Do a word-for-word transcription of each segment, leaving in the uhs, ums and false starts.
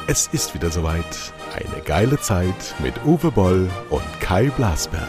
Es ist wieder soweit. Eine geile Zeit mit Uwe Boll und Kai Blasberg.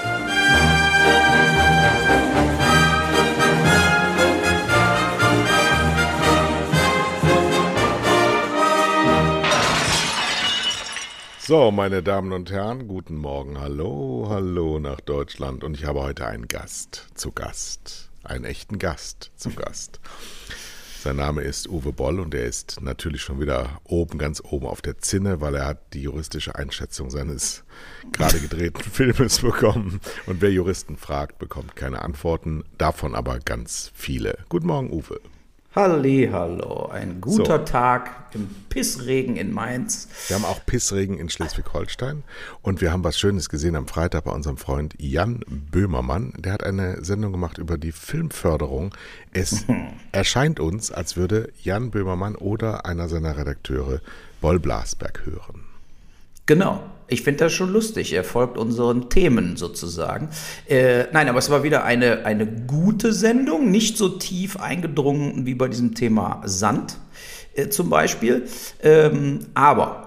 So, meine Damen und Herren, guten Morgen. Hallo, hallo nach Deutschland. Und ich habe heute einen Gast zu Gast. Einen echten Gast zu Gast. Sein Name ist Uwe Boll und er ist natürlich schon wieder oben, ganz oben auf der Zinne, weil er hat die juristische Einschätzung seines gerade gedrehten Filmes bekommen. Und wer Juristen fragt, bekommt keine Antworten, davon aber ganz viele. Guten Morgen, Uwe. Halli, hallo, ein guter So. Tag im Pissregen in Mainz. Wir haben auch Pissregen in Schleswig-Holstein und wir haben was Schönes gesehen am Freitag bei unserem Freund Jan Böhmermann. Der hat eine Sendung gemacht über die Filmförderung. Es erscheint uns, als würde Jan Böhmermann oder einer seiner Redakteure Boll Blasberg hören. Genau, ich finde das schon lustig. Er folgt unseren Themen sozusagen. Äh, nein, aber es war wieder eine, eine gute Sendung, nicht so tief eingedrungen wie bei diesem Thema Sand äh, zum Beispiel. Ähm, aber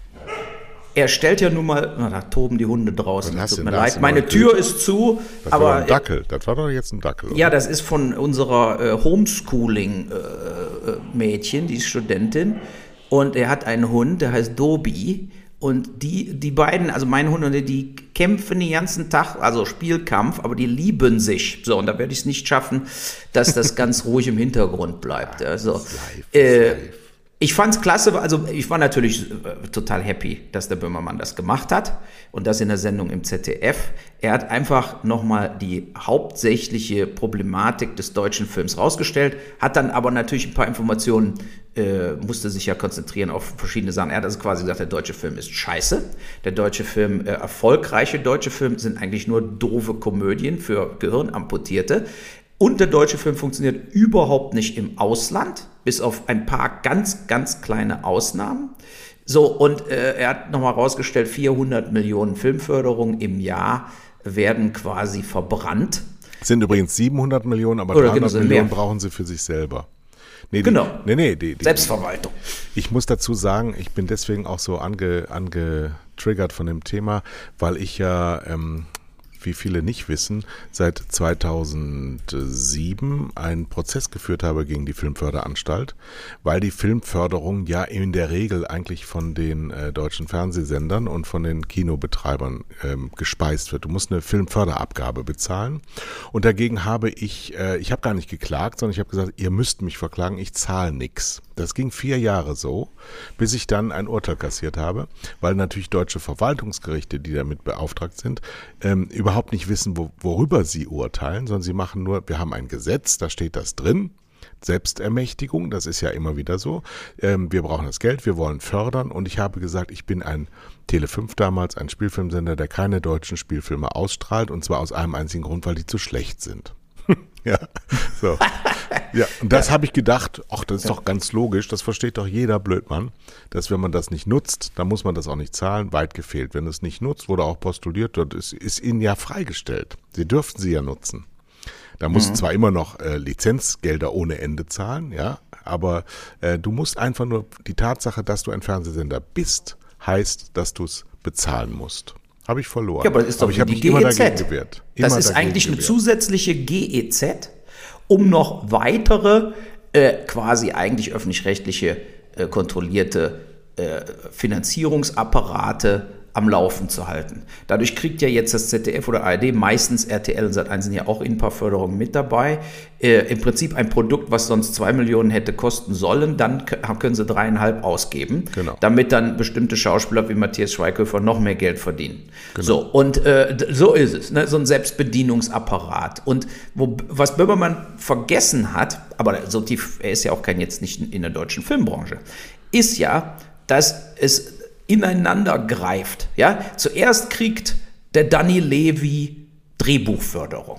er stellt ja nun mal, na, da toben die Hunde draußen, Was hast tut du mir denn da? leid, meine Tür ist zu. Das aber war doch ein Dackel, das war doch jetzt ein Dackel. Oder? Ja, das ist von unserer äh, Homeschooling-Mädchen, äh, die ist Studentin. Und er hat einen Hund, der heißt Dobi. Und die, die beiden, also mein Hund und der, die kämpfen den ganzen Tag, also Spielkampf, aber die lieben sich. So, und da werde ich es nicht schaffen, dass das ganz ruhig im Hintergrund bleibt. Also, äh, ich fand es klasse, also ich war natürlich äh, total happy, dass der Böhmermann das gemacht hat und das in der Sendung im Z D F. Er hat einfach nochmal die hauptsächliche Problematik des deutschen Films rausgestellt, hat dann aber natürlich ein paar Informationen, äh, musste sich ja konzentrieren auf verschiedene Sachen. Er hat also quasi gesagt, der deutsche Film ist scheiße. Der deutsche Film, äh, erfolgreiche deutsche Filme sind eigentlich nur doofe Komödien für Gehirnamputierte. Und der deutsche Film funktioniert überhaupt nicht im Ausland, bis auf ein paar ganz, ganz kleine Ausnahmen. So, und äh, er hat nochmal rausgestellt, vierhundert Millionen Filmförderungen im Jahr werden quasi verbrannt. Sind übrigens siebenhundert Millionen, aber Oder dreihundert genau, Millionen mehr. brauchen sie für sich selber. Nee, die, Genau. Nee, nee, die, die, Selbstverwaltung. Ich muss dazu sagen, ich bin deswegen auch so ange, angetriggert von dem Thema, weil ich ja, ähm, wie viele nicht wissen, seit zweitausendsieben einen Prozess geführt habe gegen die Filmförderanstalt, weil die Filmförderung ja in der Regel eigentlich von den äh, deutschen Fernsehsendern und von den Kinobetreibern ähm, gespeist wird. Du musst eine Filmförderabgabe bezahlen und dagegen habe ich, äh, ich habe gar nicht geklagt, sondern ich habe gesagt, ihr müsst mich verklagen, ich zahle nichts. Das ging vier Jahre so, bis ich dann ein Urteil kassiert habe, weil natürlich deutsche Verwaltungsgerichte, die damit beauftragt sind, ähm, überhaupt nicht wissen, wo, worüber sie urteilen, sondern sie machen nur, wir haben ein Gesetz, da steht das drin, Selbstermächtigung, das ist ja immer wieder so, ähm, wir brauchen das Geld, wir wollen fördern und ich habe gesagt, ich bin ein Tele fünf damals, ein Spielfilmsender, der keine deutschen Spielfilme ausstrahlt und zwar aus einem einzigen Grund, weil die zu schlecht sind. Ja, so. Ja, und das habe ich gedacht, ach, das ist doch ganz logisch, das versteht doch jeder Blödmann, dass wenn man das nicht nutzt, dann muss man das auch nicht zahlen, weit gefehlt. Wenn es nicht nutzt, wurde auch postuliert, dort ist, ist ihnen ja freigestellt. Sie dürften sie ja nutzen. Da musst du mhm. zwar immer noch äh, Lizenzgelder ohne Ende zahlen, ja, aber äh, du musst einfach nur, die Tatsache, dass du ein Fernsehsender bist, heißt, dass du es bezahlen musst. Habe ich verloren. Ja, aber das ist doch aber ich habe die mich immer G E Z. dagegen gewehrt. Immer Das ist dagegen eigentlich eine gewehrt. zusätzliche G E Z, um noch weitere, äh, quasi eigentlich öffentlich-rechtliche, äh, kontrollierte äh, Finanzierungsapparate am Laufen zu halten. Dadurch kriegt ja jetzt das Z D F oder A R D, meistens R T L und Sat eins sind ja auch in ein paar Förderungen mit dabei, äh, im Prinzip ein Produkt, was sonst zwei Millionen hätte kosten sollen, dann k- können sie dreieinhalb ausgeben, Genau. damit dann bestimmte Schauspieler wie Matthias Schweighöfer noch mehr Geld verdienen. Genau. So, und äh, d- so ist es, ne? So ein Selbstbedienungsapparat. Und wo, was Böhmermann vergessen hat, aber so tief, er ist ja auch kein jetzt nicht in der deutschen Filmbranche, ist ja, dass es ineinander greift. Ja? Zuerst kriegt der Danny Levy Drehbuchförderung.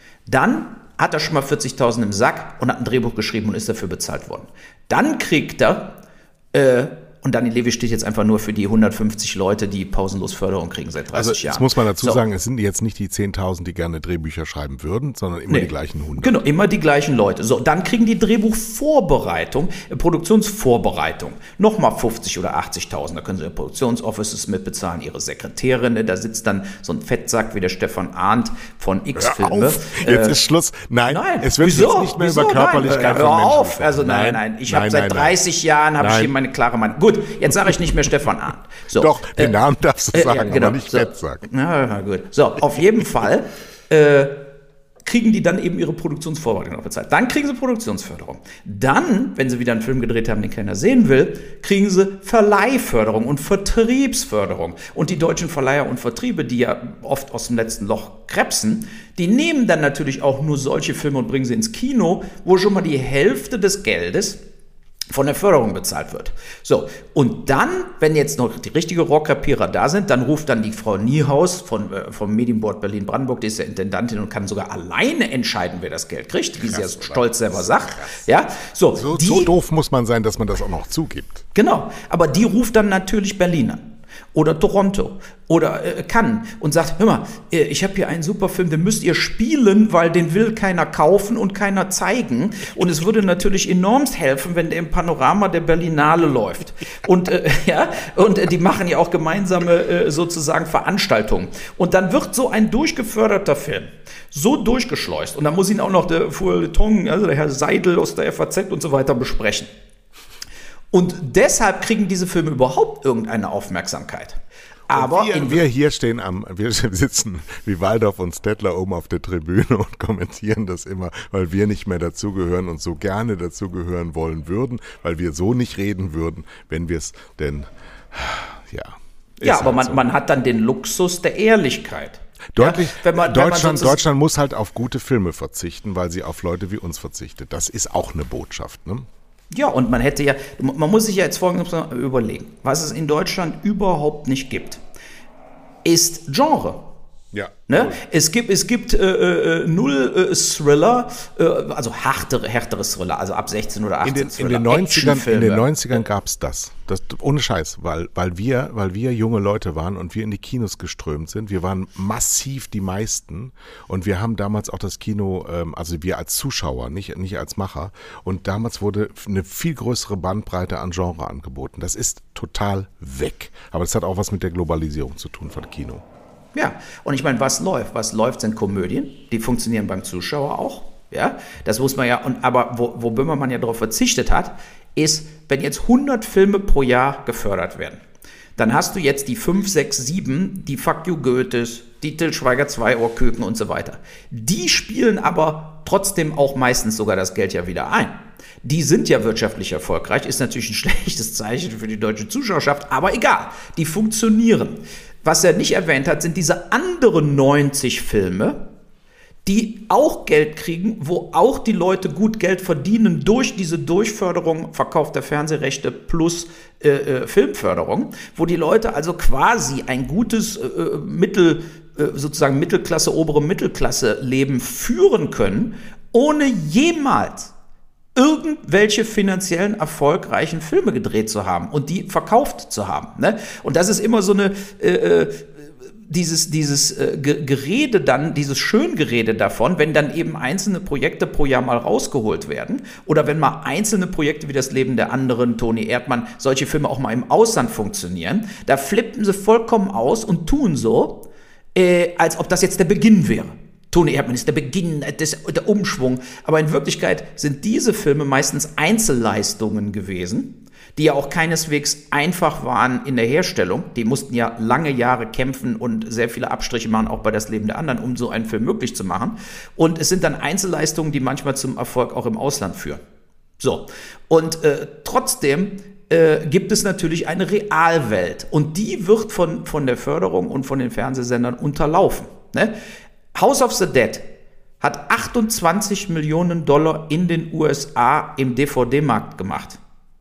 Dann hat er schon mal vierzigtausend im Sack und hat ein Drehbuch geschrieben und ist dafür bezahlt worden. Dann kriegt er äh, Und Daniel Levy steht jetzt einfach nur für die hundertfünfzig Leute, die pausenlos Förderung kriegen seit dreißig also, Jahren. Das muss man dazu so. sagen, es sind jetzt nicht die zehntausend, die gerne Drehbücher schreiben würden, sondern immer nee. die gleichen hundert. Genau, immer die gleichen Leute. So, dann kriegen die Drehbuchvorbereitung, äh, Produktionsvorbereitung, nochmal fünfzig oder achtzigtausend. Da können sie ihre Produktionsoffices mitbezahlen, ihre Sekretärin, da sitzt dann so ein Fettsack wie der Stefan Arndt von X-Filme. Jetzt äh, ist Schluss. Nein, nein. es wird Wieso? jetzt nicht mehr Wieso? über Körperlichkeit nein. von Hör Menschen auf. gesprochen. Also nein, nein, ich habe seit nein, dreißig nein. Jahren habe ich Nein. hier meine klare Meinung. Gut, jetzt sage ich nicht mehr Stefan Arndt. So, Doch, den äh, Namen darfst du äh, sagen, ja, genau. aber nicht so. Fettsack. Ja, ja, gut. So, auf jeden Fall äh, kriegen die dann eben ihre Produktionsvorbereitung noch bezahlt. Dann kriegen sie Produktionsförderung. Dann, wenn sie wieder einen Film gedreht haben, den keiner sehen will, kriegen sie Verleihförderung und Vertriebsförderung. Und die deutschen Verleiher und Vertriebe, die ja oft aus dem letzten Loch krebsen, die nehmen dann natürlich auch nur solche Filme und bringen sie ins Kino, wo schon mal die Hälfte des Geldes von der Förderung bezahlt wird. So, und dann, wenn jetzt noch die richtige Rohrkrepierer da sind, dann ruft dann die Frau Niehaus von, äh, vom Medienboard Berlin-Brandenburg, die ist ja Intendantin und kann sogar alleine entscheiden, wer das Geld kriegt, wie sie ja stolz selber sagt. Ja, so, So, die, so doof muss man sein, dass man das auch noch zugibt. Genau, aber die ruft dann natürlich Berlin an. Oder Toronto oder äh, Cannes und sagt, hör mal, äh, ich habe hier einen super Film, den müsst ihr spielen, weil den will keiner kaufen und keiner zeigen. Und es würde natürlich enormst helfen, wenn der im Panorama der Berlinale läuft. Und äh, ja, und äh, die machen ja auch gemeinsame äh, sozusagen Veranstaltungen. Und dann wird so ein durchgeförderter Film so durchgeschleust. Und dann muss ihn auch noch der Feuilleton, also der Herr Seidel aus der F A Z und so weiter besprechen. Und deshalb kriegen diese Filme überhaupt irgendeine Aufmerksamkeit. Aber wir, wir hier stehen am, wir sitzen wie Waldorf und Stettler oben auf der Tribüne und kommentieren das immer, weil wir nicht mehr dazugehören und so gerne dazugehören wollen würden, weil wir so nicht reden würden, wenn wir es denn, ja. Ja, aber halt man, so. man hat dann den Luxus der Ehrlichkeit. Deutlich, ja, wenn man, Deutschland, wenn man Deutschland muss halt auf gute Filme verzichten, weil sie auf Leute wie uns verzichtet. Das ist auch eine Botschaft, ne? Ja, und man hätte ja, man muss sich ja jetzt Folgendes überlegen, was es in Deutschland überhaupt nicht gibt, ist Genre. Ja. Ne? Es gibt, es gibt äh, äh, null äh, Thriller, äh, also härtere, härtere Thriller, also ab sechzehn oder achtzehn in den, Thriller, in den neunzigern, in den neunzigern ja. gab es das. das. Ohne Scheiß, weil, weil, wir, weil wir junge Leute waren und wir in die Kinos geströmt sind. Wir waren massiv die meisten und wir haben damals auch das Kino, ähm, also wir als Zuschauer, nicht, nicht als Macher. Und damals wurde eine viel größere Bandbreite an Genre angeboten. Das ist total weg. Aber das hat auch was mit der Globalisierung zu tun von Kino. Ja, und ich meine, was läuft? Was läuft, sind Komödien, die funktionieren beim Zuschauer auch. Ja, das muss man ja, und, aber wo, wo Böhmermann ja darauf verzichtet hat, ist, wenn jetzt hundert Filme pro Jahr gefördert werden, dann hast du jetzt die fünf, sechs, sieben, die Fuck You Goethes, die Til Schweiger Zweiohrküken und so weiter. Die spielen aber trotzdem auch meistens sogar das Geld ja wieder ein. Die sind ja wirtschaftlich erfolgreich, ist natürlich ein schlechtes Zeichen für die deutsche Zuschauerschaft, aber egal, die funktionieren. Was er nicht erwähnt hat, sind diese anderen neunzig Filme, die auch Geld kriegen, wo auch die Leute gut Geld verdienen durch diese Durchförderung, Verkauf der Fernsehrechte plus äh, äh, Filmförderung, wo die Leute also quasi ein gutes äh, Mittel, äh, sozusagen Mittelklasse, obere Mittelklasse Leben führen können, ohne jemals irgendwelche finanziellen erfolgreichen Filme gedreht zu haben und die verkauft zu haben. Ne? Und das ist immer so eine, äh, dieses, dieses äh, Gerede dann, dieses Schöngerede davon, wenn dann eben einzelne Projekte pro Jahr mal rausgeholt werden oder wenn mal einzelne Projekte wie das Leben der anderen, Toni Erdmann, solche Filme auch mal im Ausland funktionieren, da flippen sie vollkommen aus und tun so, äh, als ob das jetzt der Beginn wäre. Toni Erdmann ist der Beginn, des, der Umschwung. Aber in Wirklichkeit sind diese Filme meistens Einzelleistungen gewesen, die ja auch keineswegs einfach waren in der Herstellung. Die mussten ja lange Jahre kämpfen und sehr viele Abstriche machen, auch bei Das Leben der anderen, um so einen Film möglich zu machen. Und es sind dann Einzelleistungen, die manchmal zum Erfolg auch im Ausland führen. So, und äh, trotzdem äh, gibt es natürlich eine Realwelt. Und die wird von, von der Förderung und von den Fernsehsendern unterlaufen. Ne? House of the Dead hat achtundzwanzig Millionen Dollar in den U S A im D V D-Markt gemacht.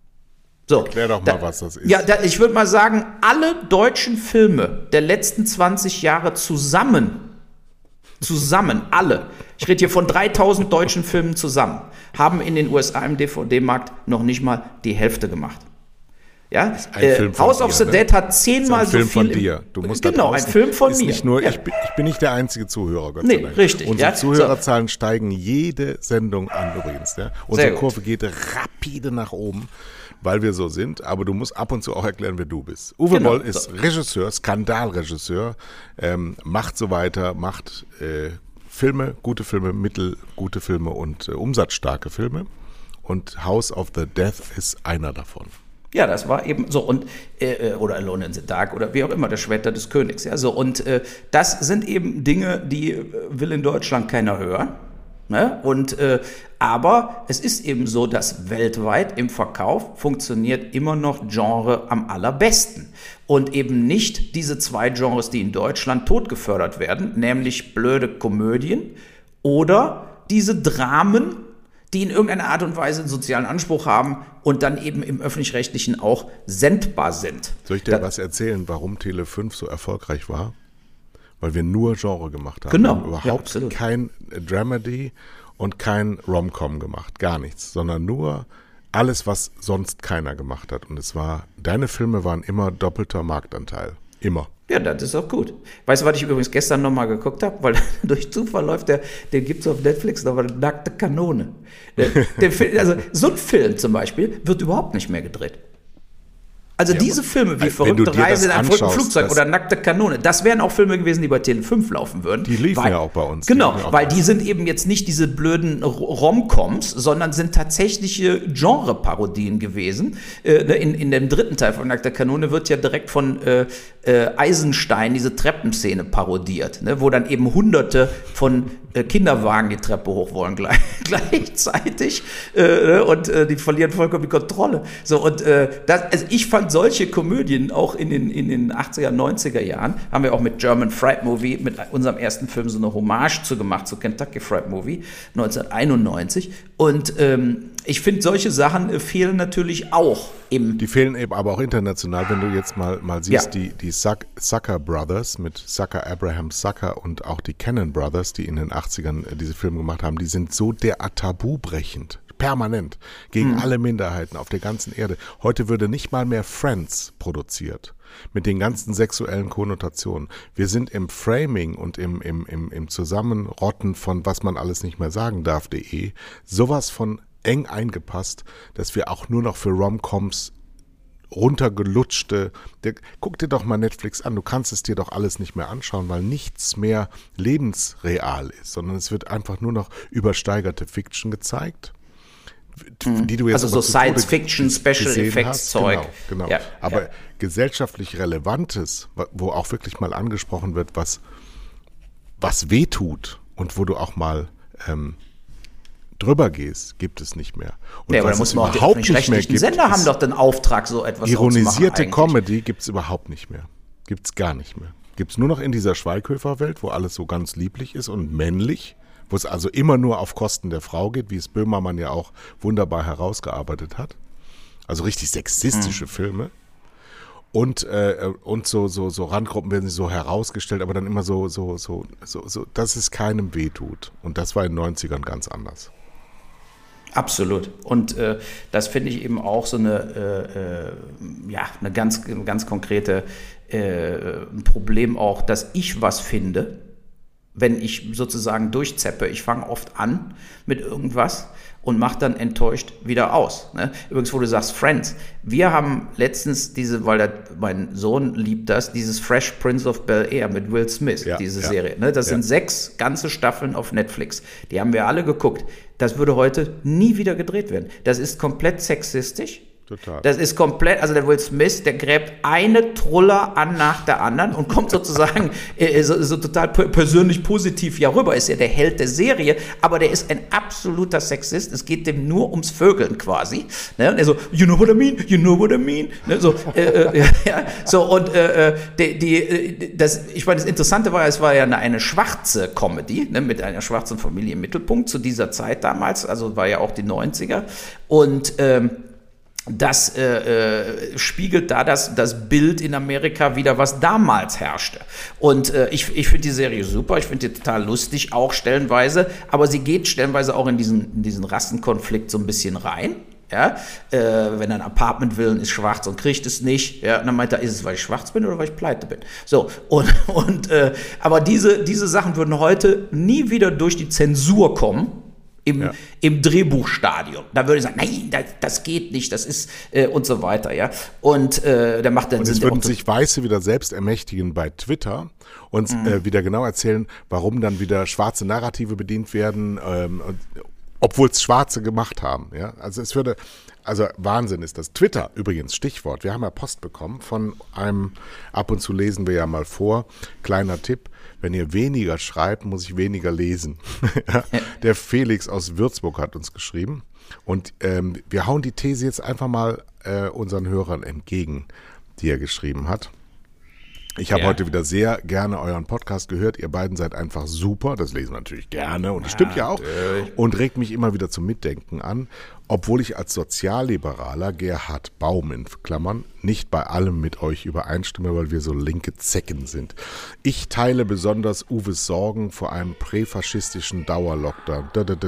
So, erklär doch mal, da, was das ist. Ja, da, ich würde mal sagen, alle deutschen Filme der letzten zwanzig Jahre zusammen, zusammen, alle, ich rede hier von dreitausend deutschen Filmen zusammen, haben in den U S A im D V D-Markt noch nicht mal die Hälfte gemacht. Ja, ein äh, Film von House dir, of the ne? Dead hat zehnmal so viel. Ein Film von dir. Du musst da genau, ein draußen- Film von ist mir. Nicht nur, ja. ich, bin, ich bin nicht der einzige Zuhörer, Gott Nee, sei Dank. richtig, Unsere ja. Zuhörerzahlen steigen jede Sendung an übrigens. Ja? Unsere gut. Kurve geht rapide nach oben, weil wir so sind. Aber du musst ab und zu auch erklären, wer du bist. Uwe Genau, Boll ist so. Regisseur, Skandalregisseur, ähm, macht so weiter, macht äh, Filme, gute Filme, mittelgute Filme und äh, umsatzstarke Filme. Und House of the Dead ist einer davon. Ja, das war eben so und äh, oder Alone in the Dark oder wie auch immer, der Schwerter des Königs. Ja, so und äh, das sind eben Dinge, die äh, will in Deutschland keiner hören. Ne? Und äh, aber es ist eben so, dass weltweit im Verkauf funktioniert immer noch Genre am allerbesten und eben nicht diese zwei Genres, die in Deutschland totgefördert werden, nämlich blöde Komödien oder diese Dramen, die in irgendeiner Art und Weise einen sozialen Anspruch haben und dann eben im Öffentlich-Rechtlichen auch sendbar sind. Soll ich dir da, was erzählen, warum Tele fünf so erfolgreich war? Weil wir nur Genre gemacht haben. Genau, Wir haben überhaupt ja, kein Dramedy und kein Rom-Com gemacht, gar nichts, sondern nur alles, was sonst keiner gemacht hat. Und es war, deine Filme waren immer doppelter Marktanteil. Immer. Ja, das ist auch gut. Weißt du, was ich übrigens gestern nochmal geguckt habe? Weil durch Zufall läuft der, den gibt es auf Netflix noch, Nackte Kanone. Der, der Film, also so ein Film zum Beispiel wird überhaupt nicht mehr gedreht. Also ja, diese Filme wie wenn Verrückte du dir Reise in das einem verrückten anschaust, Flugzeug das- oder Nackte Kanone, das wären auch Filme gewesen, die bei Tele fünf laufen würden. Die liefen weil, ja auch bei uns. Genau, Die liefen auch weil bei die sind eben jetzt nicht diese blöden Rom-Coms, sondern sind tatsächliche Genre-Parodien gewesen. Äh, in, in dem dritten Teil von Nackte Kanone wird ja direkt von äh, äh, Eisenstein diese Treppenszene parodiert, ne, wo dann eben Hunderte von äh, Kinderwagen die Treppe hoch wollen gleich, gleichzeitig äh, und äh, die verlieren vollkommen die Kontrolle. So, und äh, das, also ich fand solche Komödien auch in den, in den achtziger, neunziger Jahren, haben wir auch mit German Fried Movie, mit unserem ersten Film so eine Hommage zu gemacht, zu Kentucky Fried Movie neunzehnhunderteinundneunzig. Und ähm, ich finde, solche Sachen äh, fehlen natürlich auch im... Die fehlen eben aber auch international, wenn du jetzt mal, mal siehst, Ja. die, die Zuck- Zucker Brothers mit Zucker, Abraham Zucker und auch die Cannon Brothers, die in den achtzigern diese Filme gemacht haben, die sind so derart tabubrechend, permanent, gegen alle Minderheiten auf der ganzen Erde. Heute würde nicht mal mehr Friends produziert, mit den ganzen sexuellen Konnotationen. Wir sind im Framing und im, im, im, im Zusammenrotten von was man alles nicht mehr sagen darf.de sowas von eng eingepasst, dass wir auch nur noch für Rom-Coms runtergelutschte, der, guck dir doch mal Netflix an, du kannst es dir doch alles nicht mehr anschauen, weil nichts mehr lebensreal ist, sondern es wird einfach nur noch übersteigerte Fiction gezeigt, die du jetzt Also aber so zu Tode Science-Fiction, Special gesehen Effects hast. Zeug. Genau, genau. Ja, aber ja. gesellschaftlich Relevantes, wo auch wirklich mal angesprochen wird, was, was weh tut und wo du auch mal ähm, drüber gehst, gibt es nicht mehr. Und Ja, aber was da muss es man auch die überhaupt nicht mehr öffentlich-rechtlichen gibt, Sender haben ist doch den Auftrag, so etwas auch zu machen ironisierte eigentlich. Comedy gibt es überhaupt nicht mehr. Gibt es gar nicht mehr. Gibt es nur noch in dieser Schweighöfer-Welt, wo alles so ganz lieblich ist und männlich, wo es also immer nur auf Kosten der Frau geht, wie es Böhmermann ja auch wunderbar herausgearbeitet hat. Also richtig sexistische mhm. Filme. Und, äh, und so, so, so Randgruppen werden so herausgestellt, aber dann immer so, so, so, so, so, dass es keinem wehtut. Und das war in den neunzigern ganz anders. Absolut. Und äh, das finde ich eben auch so eine, äh, äh, ja, eine ganz, ganz konkrete äh, ein Problem auch, dass ich was finde, wenn ich sozusagen durchzeppe. Ich fange oft an mit irgendwas und mache dann enttäuscht wieder aus. Ne? Übrigens, wo du sagst Friends, wir haben letztens diese, weil der, mein Sohn liebt das, dieses Fresh Prince of Bel-Air mit Will Smith, ja, diese ja, Serie. Ne? Das ja. sind sechs ganze Staffeln auf Netflix. Die haben wir alle geguckt. Das würde heute nie wieder gedreht werden. Das ist komplett sexistisch. Total. Das ist komplett, also der Will Smith, der gräbt eine Truller an nach der anderen und kommt sozusagen äh, so, so total persönlich positiv ja rüber, ist ja der Held der Serie, aber der ist ein absoluter Sexist, es geht dem nur ums Vögeln quasi. Ne? Und er so, you know what I mean, you know what I mean. Ne? So, äh, äh, ja, ja. so und äh, die, die, das, ich meine, das Interessante war, es war ja eine, eine schwarze Comedy, ne? Mit einer schwarzen Familie im Mittelpunkt zu dieser Zeit damals, also war ja auch die neunziger und ähm, das äh, äh, spiegelt da das, das Bild in Amerika wieder, was damals herrschte. Und äh, ich, ich finde die Serie super, ich finde die total lustig, auch stellenweise, aber sie geht stellenweise auch in diesen, in diesen Rassenkonflikt so ein bisschen rein. Ja, äh, wenn er ein Apartment will und ist schwarz und kriegt es nicht, ja, und dann meint er, ist es, weil ich schwarz bin oder weil ich pleite bin? So, und, und äh, aber diese, diese Sachen würden heute nie wieder durch die Zensur kommen. Im, ja. im Drehbuchstadium. Da würde ich sagen, nein, das, das geht nicht, das ist äh, und so weiter, ja. Und äh, der macht dann und Sinn. Es würden sich Weiße wieder selbst ermächtigen bei Twitter und mhm. äh, wieder genau erzählen, warum dann wieder schwarze Narrative bedient werden, ähm, obwohl es Schwarze gemacht haben, ja. Also es würde, also Wahnsinn ist das. Twitter übrigens, Stichwort. Wir haben ja Post bekommen von einem, ab und zu lesen wir ja mal vor, kleiner Tipp. Wenn ihr weniger schreibt, muss ich weniger lesen. Der Felix aus Würzburg hat uns geschrieben. Und ähm, wir hauen die These jetzt einfach mal äh, unseren Hörern entgegen, die er geschrieben hat. Ich habe ja. heute wieder sehr gerne euren Podcast gehört. Ihr beiden seid einfach super. Das lesen wir natürlich gerne und das stimmt ja auch. Und regt mich immer wieder zum Mitdenken an. Obwohl ich als Sozialliberaler Gerhard Baum in Klammern nicht bei allem mit euch übereinstimme, weil wir so linke Zecken sind. Ich teile besonders Uwes Sorgen vor einem präfaschistischen Dauerlockdown.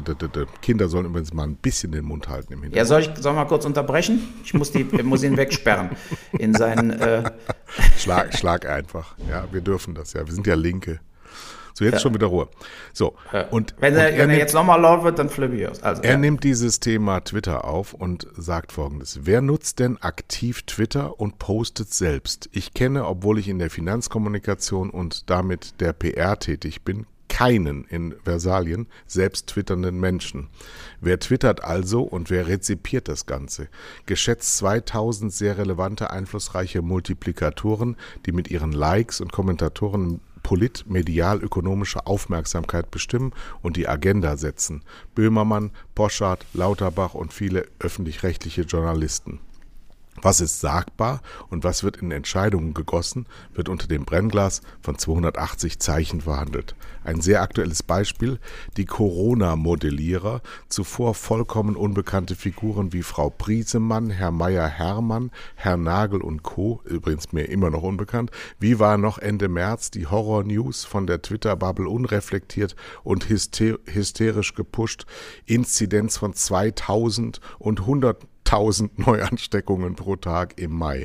Kinder sollen übrigens mal ein bisschen den Mund halten im Hintergrund. Ja, soll ich soll mal kurz unterbrechen? Ich muss, die, muss ihn wegsperren in seinen... Äh Schlag, schlag einfach. Ja, wir dürfen das ja. Wir sind ja Linke. So, jetzt ja. schon wieder Ruhe. So, und, wenn, und er, er, wenn nimmt, er jetzt nochmal laut wird, dann flippe ich aus. Also, er ja. nimmt dieses Thema Twitter auf und sagt Folgendes. Wer nutzt denn aktiv Twitter und postet selbst? Ich kenne, obwohl ich in der Finanzkommunikation und damit der P R tätig bin, keinen in Versalien selbst twitternden Menschen. Wer twittert also und wer rezipiert das Ganze? Geschätzt zweitausend sehr relevante, einflussreiche Multiplikatoren, die mit ihren Likes und Kommentatoren polit-medial-ökonomische Aufmerksamkeit bestimmen und die Agenda setzen. Böhmermann, Poschardt, Lauterbach und viele öffentlich-rechtliche Journalisten. Was ist sagbar und was wird in Entscheidungen gegossen, wird unter dem Brennglas von zweihundertachtzig Zeichen verhandelt. Ein sehr aktuelles Beispiel, die Corona-Modellierer, zuvor vollkommen unbekannte Figuren wie Frau Briesemann, Herr Meyer-Hermann, Herr Nagel und Co., übrigens mir immer noch unbekannt. Wie war noch Ende März die Horror-News von der Twitter-Bubble unreflektiert und hyster- hysterisch gepusht, Inzidenz von zweitausend und hundert tausend Neuansteckungen pro Tag im Mai.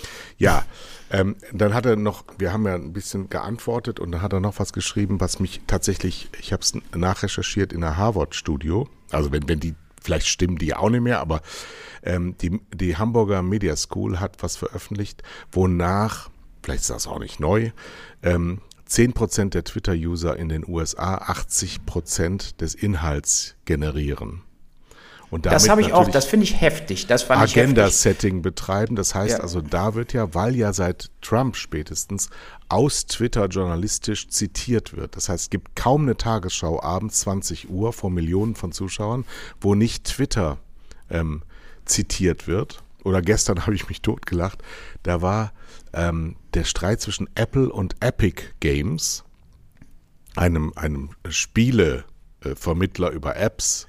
Ja, ähm, dann hat er noch, wir haben ja ein bisschen geantwortet und dann hat er noch was geschrieben, was mich tatsächlich, ich habe es nachrecherchiert in der Harvard-Studio, also wenn, wenn die, vielleicht stimmen die auch nicht mehr, aber ähm, die, die Hamburger Media School hat was veröffentlicht, wonach, vielleicht ist das auch nicht neu, ähm, zehn Prozent der Twitter-User in den U S A achtzig Prozent des Inhalts generieren. Und das habe ich auch, das finde ich heftig. Das fand ich Agenda-Setting betreiben. Das heißt ja. also, da wird ja, weil ja seit Trump spätestens aus Twitter journalistisch zitiert wird. Das heißt, es gibt kaum eine Tagesschau abends zwanzig Uhr vor Millionen von Zuschauern, wo nicht Twitter ähm, zitiert wird. Oder gestern habe ich mich totgelacht. Da war ähm, der Streit zwischen Apple und Epic Games, einem, einem Spielevermittler über Apps,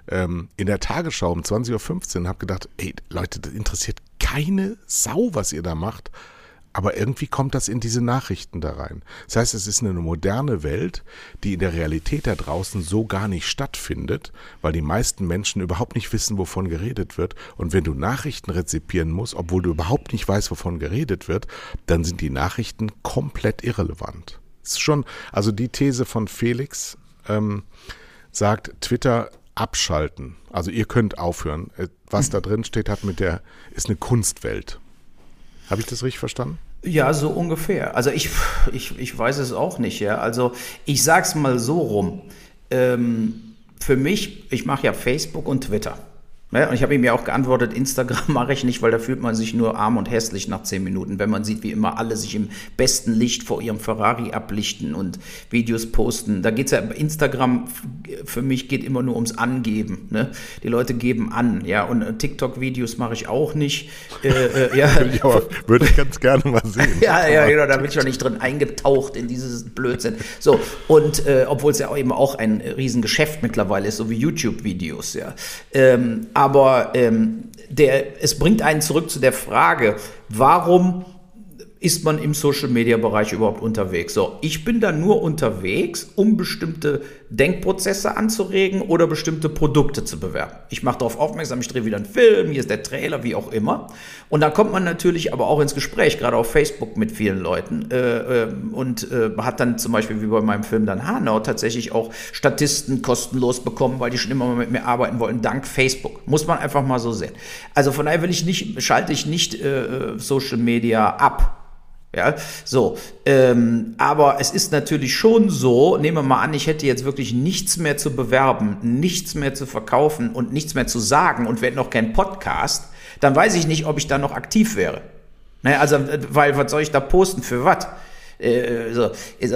in der Tagesschau um zwanzig Uhr fünfzehn, habe gedacht, ey Leute, das interessiert keine Sau, was ihr da macht, aber irgendwie kommt das in diese Nachrichten da rein. Das heißt, es ist eine moderne Welt, die in der Realität da draußen so gar nicht stattfindet, weil die meisten Menschen überhaupt nicht wissen, wovon geredet wird. Und wenn du Nachrichten rezipieren musst, obwohl du überhaupt nicht weißt, wovon geredet wird, dann sind die Nachrichten komplett irrelevant. Das ist schon, also die These von Felix ähm, sagt, Twitter abschalten. Also ihr könnt aufhören. Was da drin steht, hat mit der, ist eine Kunstwelt. Habe ich das richtig verstanden? Ja, so ungefähr. Also ich, ich, ich weiß es auch nicht, ja. Also ich sag's mal so rum. Ähm, für mich, ich mache ja Facebook und Twitter. Ja, und ich habe ihm ja auch geantwortet, Instagram mache ich nicht, weil da fühlt man sich nur arm und hässlich nach zehn Minuten, wenn man sieht, wie immer alle sich im besten Licht vor ihrem Ferrari ablichten und Videos posten. Da geht's ja, Instagram für mich geht immer nur ums Angeben. Ne? Die Leute geben an, ja, und TikTok-Videos mache ich auch nicht. Äh, äh, ja. würde, ich aber, würde ich ganz gerne mal sehen. ja, ja, genau, da bin ich auch nicht drin eingetaucht in dieses Blödsinn. So, und äh, obwohl es ja auch eben auch ein Riesengeschäft mittlerweile ist, so wie YouTube-Videos, ja. Ähm, Aber ähm, der, es bringt einen zurück zu der Frage, warum ist man im Social-Media-Bereich überhaupt unterwegs? So, ich bin da nur unterwegs, um bestimmte Denkprozesse anzuregen oder bestimmte Produkte zu bewerben. Ich mache darauf aufmerksam, ich drehe wieder einen Film, hier ist der Trailer, wie auch immer. Und dann kommt man natürlich aber auch ins Gespräch, gerade auf Facebook mit vielen Leuten äh, äh, und äh, hat dann zum Beispiel wie bei meinem Film dann Hanau tatsächlich auch Statisten kostenlos bekommen, weil die schon immer mal mit mir arbeiten wollten, dank Facebook. Muss man einfach mal so sehen. Also von daher will ich nicht, schalte ich nicht äh, Social Media ab. Ja, so, ähm, aber es ist natürlich schon so, nehmen wir mal an, ich hätte jetzt wirklich nichts mehr zu bewerben, nichts mehr zu verkaufen und nichts mehr zu sagen und wir hätten noch keinen Podcast, dann weiß ich nicht, ob ich da noch aktiv wäre. Naja, also, weil, was soll ich da posten, für was? Äh, so,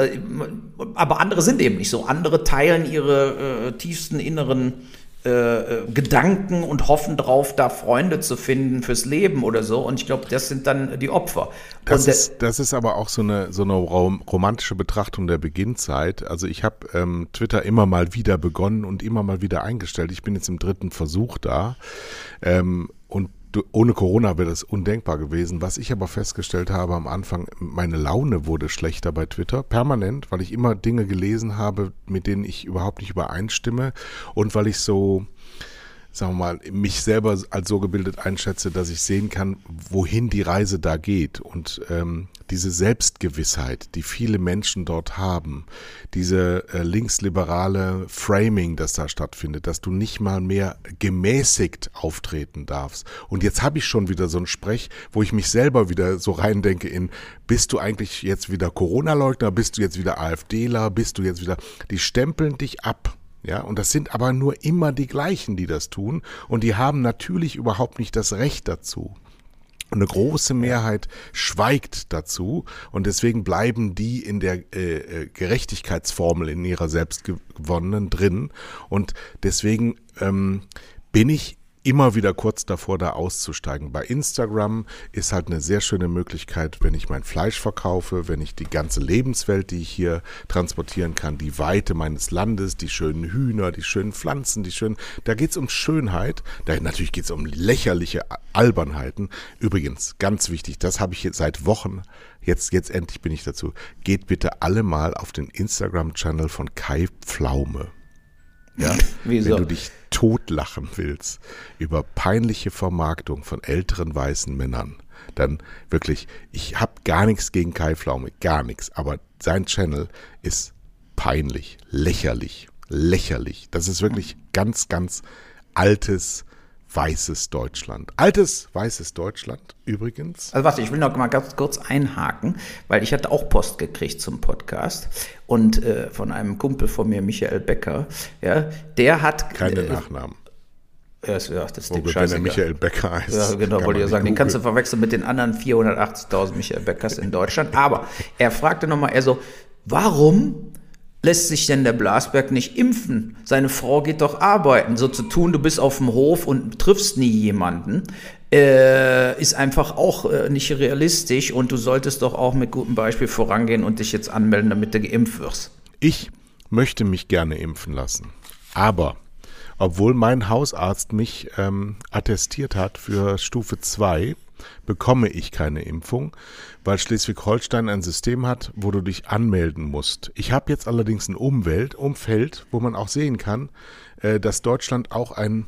aber andere sind eben nicht so. Andere teilen ihre äh, tiefsten inneren Äh, Gedanken und hoffen drauf, da Freunde zu finden fürs Leben oder so. Und ich glaube, das sind dann die Opfer. Das, und ist, das ist aber auch so eine, so eine romantische Betrachtung der Beginnzeit. Also ich habe ähm, Twitter immer mal wieder begonnen und immer mal wieder eingestellt. Ich bin jetzt im dritten Versuch da. Ähm, und ohne Corona wäre das undenkbar gewesen. Was ich aber festgestellt habe am Anfang, meine Laune wurde schlechter bei Twitter, permanent, weil ich immer Dinge gelesen habe, mit denen ich überhaupt nicht übereinstimme und weil ich so, sagen wir mal, mich selber als so gebildet einschätze, dass ich sehen kann, wohin die Reise da geht. Und ähm, diese Selbstgewissheit, die viele Menschen dort haben, diese äh, linksliberale Framing, das da stattfindet, dass du nicht mal mehr gemäßigt auftreten darfst. Und jetzt habe ich schon wieder so einen Sprech, wo ich mich selber wieder so reindenke in, bist du eigentlich jetzt wieder Corona-Leugner, bist du jetzt wieder AfDler, bist du jetzt wieder, die stempeln dich ab. Ja, und das sind aber nur immer die gleichen, die das tun und die haben natürlich überhaupt nicht das Recht dazu. Und eine große Mehrheit schweigt dazu und deswegen bleiben die in der äh, Gerechtigkeitsformel in ihrer selbstgewonnenen drin und deswegen ähm, bin ich immer wieder kurz davor, da auszusteigen. Bei Instagram ist halt eine sehr schöne Möglichkeit, wenn ich mein Fleisch verkaufe, wenn ich die ganze Lebenswelt, die ich hier transportieren kann, die Weite meines Landes, die schönen Hühner, die schönen Pflanzen, die schönen, da geht's um Schönheit, da natürlich geht's um lächerliche Albernheiten. Übrigens, ganz wichtig, das habe ich jetzt seit Wochen, jetzt, jetzt endlich bin ich dazu, geht bitte alle mal auf den Instagram-Channel von Kai Pflaume. Ja, Wieso? Wenn du dich totlachen willst über peinliche Vermarktung von älteren weißen Männern, dann wirklich, ich habe gar nichts gegen Kai Pflaume, gar nichts, aber sein Channel ist peinlich, lächerlich, lächerlich. Das ist wirklich ganz, ganz altes, weißes Deutschland. Altes, weißes Deutschland übrigens. Also warte, ich will noch mal ganz kurz einhaken, weil ich hatte auch Post gekriegt zum Podcast und äh, von einem Kumpel von mir, Michael Becker, ja, der hat... Keine äh, Nachnamen. Ja, das, ja, das ist Wo dem wenn scheißegal. er Michael Becker heißt. Ja, genau, wollte ich ja sagen. Den kannst du verwechseln mit den anderen vierhundertachtzigtausend Michael Beckers in Deutschland. Aber er fragte nochmal, er so, warum lässt sich denn der Blasberg nicht impfen? Seine Frau geht doch arbeiten. So zu tun, du bist auf dem Hof und triffst nie jemanden, äh, ist einfach auch äh, nicht realistisch und du solltest doch auch mit gutem Beispiel vorangehen und dich jetzt anmelden, damit du geimpft wirst. Ich möchte mich gerne impfen lassen, aber obwohl mein Hausarzt mich ähm, attestiert hat für Stufe zwei, bekomme ich keine Impfung, weil Schleswig-Holstein ein System hat, wo du dich anmelden musst. Ich habe jetzt allerdings ein Umwelt, Umfeld, wo man auch sehen kann, äh, dass Deutschland auch ein,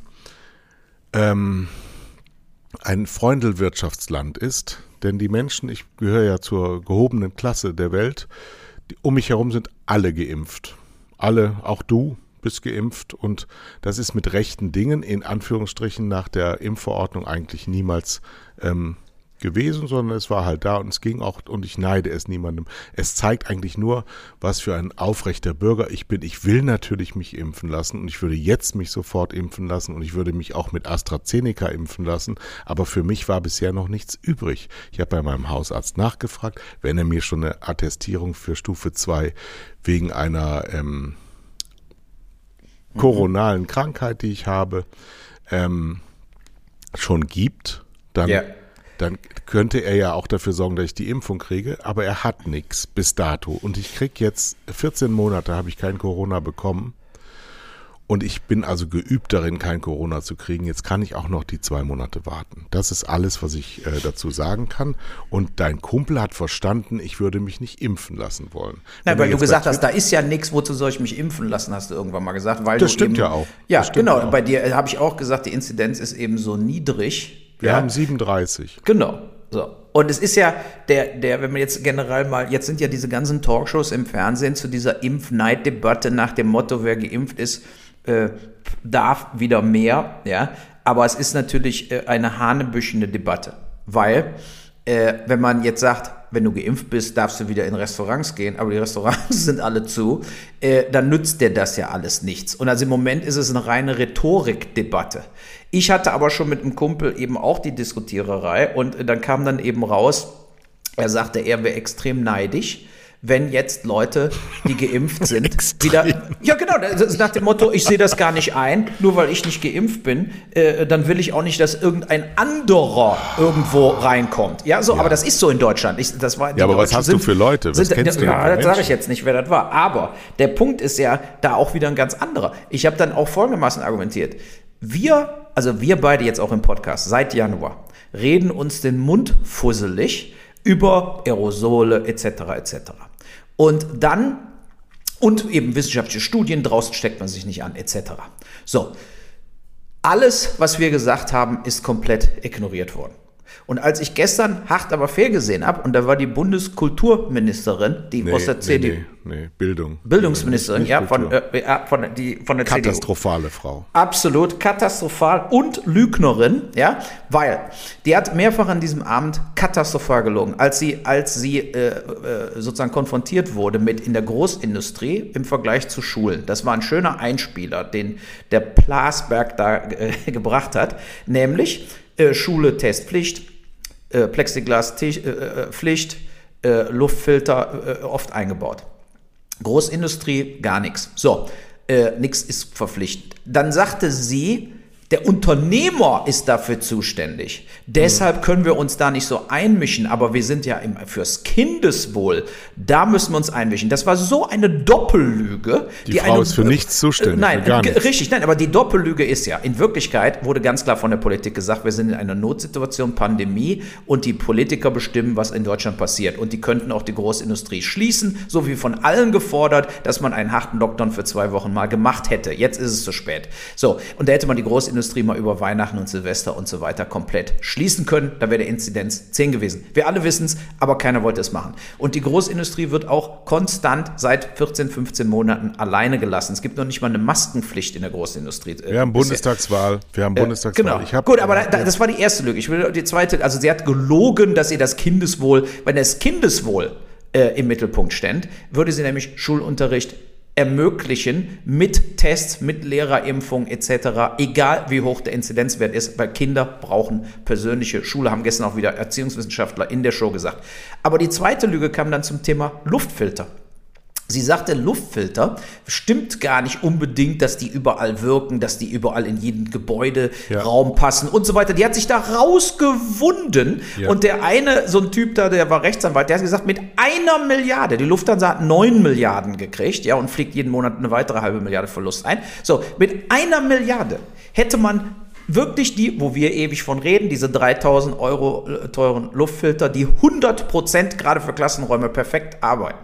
ähm, ein Freundelwirtschaftsland ist. Denn die Menschen, ich gehöre ja zur gehobenen Klasse der Welt, die, um mich herum sind alle geimpft. Alle, auch du bist geimpft und das ist mit rechten Dingen, in Anführungsstrichen, nach der Impfverordnung eigentlich niemals ähm, gewesen, sondern es war halt da und es ging auch und ich neide es niemandem. Es zeigt eigentlich nur, was für ein aufrechter Bürger ich bin. Ich will natürlich mich impfen lassen und ich würde jetzt mich sofort impfen lassen und ich würde mich auch mit AstraZeneca impfen lassen, aber für mich war bisher noch nichts übrig. Ich habe bei meinem Hausarzt nachgefragt, wenn er mir schon eine Attestierung für Stufe zwei wegen einer ähm, koronalen Krankheit, die ich habe, ähm, schon gibt, dann, Ja. dann könnte er ja auch dafür sorgen, dass ich die Impfung kriege, aber er hat nichts bis dato und ich kriege jetzt vierzehn Monate, habe ich kein Corona bekommen Und ich bin also geübt darin, kein Corona zu kriegen. Jetzt kann ich auch noch die zwei Monate warten. Das ist alles, was ich äh, dazu sagen kann. Und dein Kumpel hat verstanden, ich würde mich nicht impfen lassen wollen. Na, weil du gesagt hast, da ist ja nichts, wozu soll ich mich impfen lassen, hast du irgendwann mal gesagt. Weil das du stimmt eben, ja auch. Ja, genau. Auch. Bei dir habe ich auch gesagt, die Inzidenz ist eben so niedrig. Wir ja. haben siebenunddreißig. Genau. So. Und es ist ja der, der, wenn man jetzt generell mal, jetzt sind ja diese ganzen Talkshows im Fernsehen zu dieser Impfneiddebatte nach dem Motto, wer geimpft ist, äh, darf wieder mehr, ja. Aber es ist natürlich äh, eine hanebüchene Debatte, weil äh, wenn man jetzt sagt, wenn du geimpft bist, darfst du wieder in Restaurants gehen, aber die Restaurants sind alle zu, äh, dann nützt dir das ja alles nichts. Und also im Moment ist es eine reine Rhetorikdebatte. Ich hatte aber schon mit einem Kumpel eben auch die Diskutiererei und äh, dann kam dann eben raus, er sagte, er wäre extrem neidisch, wenn jetzt Leute, die geimpft sind, wieder, ja genau, das ist nach dem Motto, ich sehe das gar nicht ein, nur weil ich nicht geimpft bin, äh, dann will ich auch nicht, dass irgendein anderer irgendwo reinkommt. Ja, so, ja. Aber das ist so in Deutschland. Ich, das war, ja, aber was hast sind, du für Leute? Was sind, kennst ja, du ja, das sage ich jetzt nicht, wer das war. Aber der Punkt ist ja da auch wieder ein ganz anderer. Ich habe dann auch folgendermaßen argumentiert. Wir, also wir beide jetzt auch im Podcast, seit Januar, reden uns den Mund fusselig über Aerosole et cetera et cetera. Und dann, und eben wissenschaftliche Studien, draußen steckt man sich nicht an, et cetera. So, alles, was wir gesagt haben, ist komplett ignoriert worden. Und als ich gestern Hart aber fair gesehen habe, und da war die Bundeskulturministerin, die nee, aus der nee, C D U. Nee, nee, Bildung. Bildungsministerin, ja, von, äh, von, die, von der Katastrophale C D U. Katastrophale Frau. Absolut katastrophal und Lügnerin, ja, weil die hat mehrfach an diesem Abend katastrophal gelogen, als sie, als sie äh, äh, sozusagen konfrontiert wurde mit in der Großindustrie im Vergleich zu Schulen. Das war ein schöner Einspieler, den der Plasberg da äh, gebracht hat, nämlich äh, Schule Testpflicht, äh, Plexiglas-Pflicht, äh, Luftfilter äh, oft eingebaut. Großindustrie, gar nichts. So, äh, nichts ist verpflichtend. Dann sagte sie, der Unternehmer ist dafür zuständig. Deshalb können wir uns da nicht so einmischen, aber wir sind ja im, fürs Kindeswohl, da müssen wir uns einmischen. Das war so eine Doppellüge. Die, die Frau eine, ist für nichts zuständig, äh, nein, für gar nichts. Richtig, nein, aber die Doppellüge ist ja, in Wirklichkeit wurde ganz klar von der Politik gesagt, wir sind in einer Notsituation, Pandemie und die Politiker bestimmen, was in Deutschland passiert. Und die könnten auch die Großindustrie schließen, so wie von allen gefordert, dass man einen harten Lockdown für zwei Wochen mal gemacht hätte. Jetzt ist es zu spät. So, und da hätte man die Großindustrie mal über Weihnachten und Silvester und so weiter komplett schließen können. Da wäre der Inzidenz zehn gewesen. Wir alle wissen es, aber keiner wollte es machen. Und die Großindustrie wird auch konstant seit vierzehn, fünfzehn Monaten alleine gelassen. Es gibt noch nicht mal eine Maskenpflicht in der Großindustrie. Wir haben Bundestagswahl. Wir haben Bundestagswahl. Genau. Ich hab, Gut, aber da, das war die erste Lüge. Ich will die zweite, also sie hat gelogen, dass sie das Kindeswohl, wenn das Kindeswohl äh, im Mittelpunkt ständ, würde sie nämlich Schulunterricht ermöglichen mit Tests, mit Lehrerimpfung et cetera, egal wie hoch der Inzidenzwert ist, weil Kinder brauchen persönliche Schule, haben gestern auch wieder Erziehungswissenschaftler in der Show gesagt. Aber die zweite Lüge kam dann zum Thema Luftfilter. Sie sagte, Luftfilter stimmt gar nicht unbedingt, dass die überall wirken, dass die überall in jeden Gebäuderaum ja. passen und so weiter. Die hat sich da rausgewunden. Ja. Und der eine, so ein Typ da, der war Rechtsanwalt, der hat gesagt, mit einer Milliarde, die Lufthansa hat neun Milliarden gekriegt, ja, und fliegt jeden Monat eine weitere halbe Milliarde Verlust ein. So, mit einer Milliarde hätte man wirklich die, wo wir ewig von reden, diese dreitausend Euro teuren Luftfilter, die hundert Prozent gerade für Klassenräume perfekt arbeiten,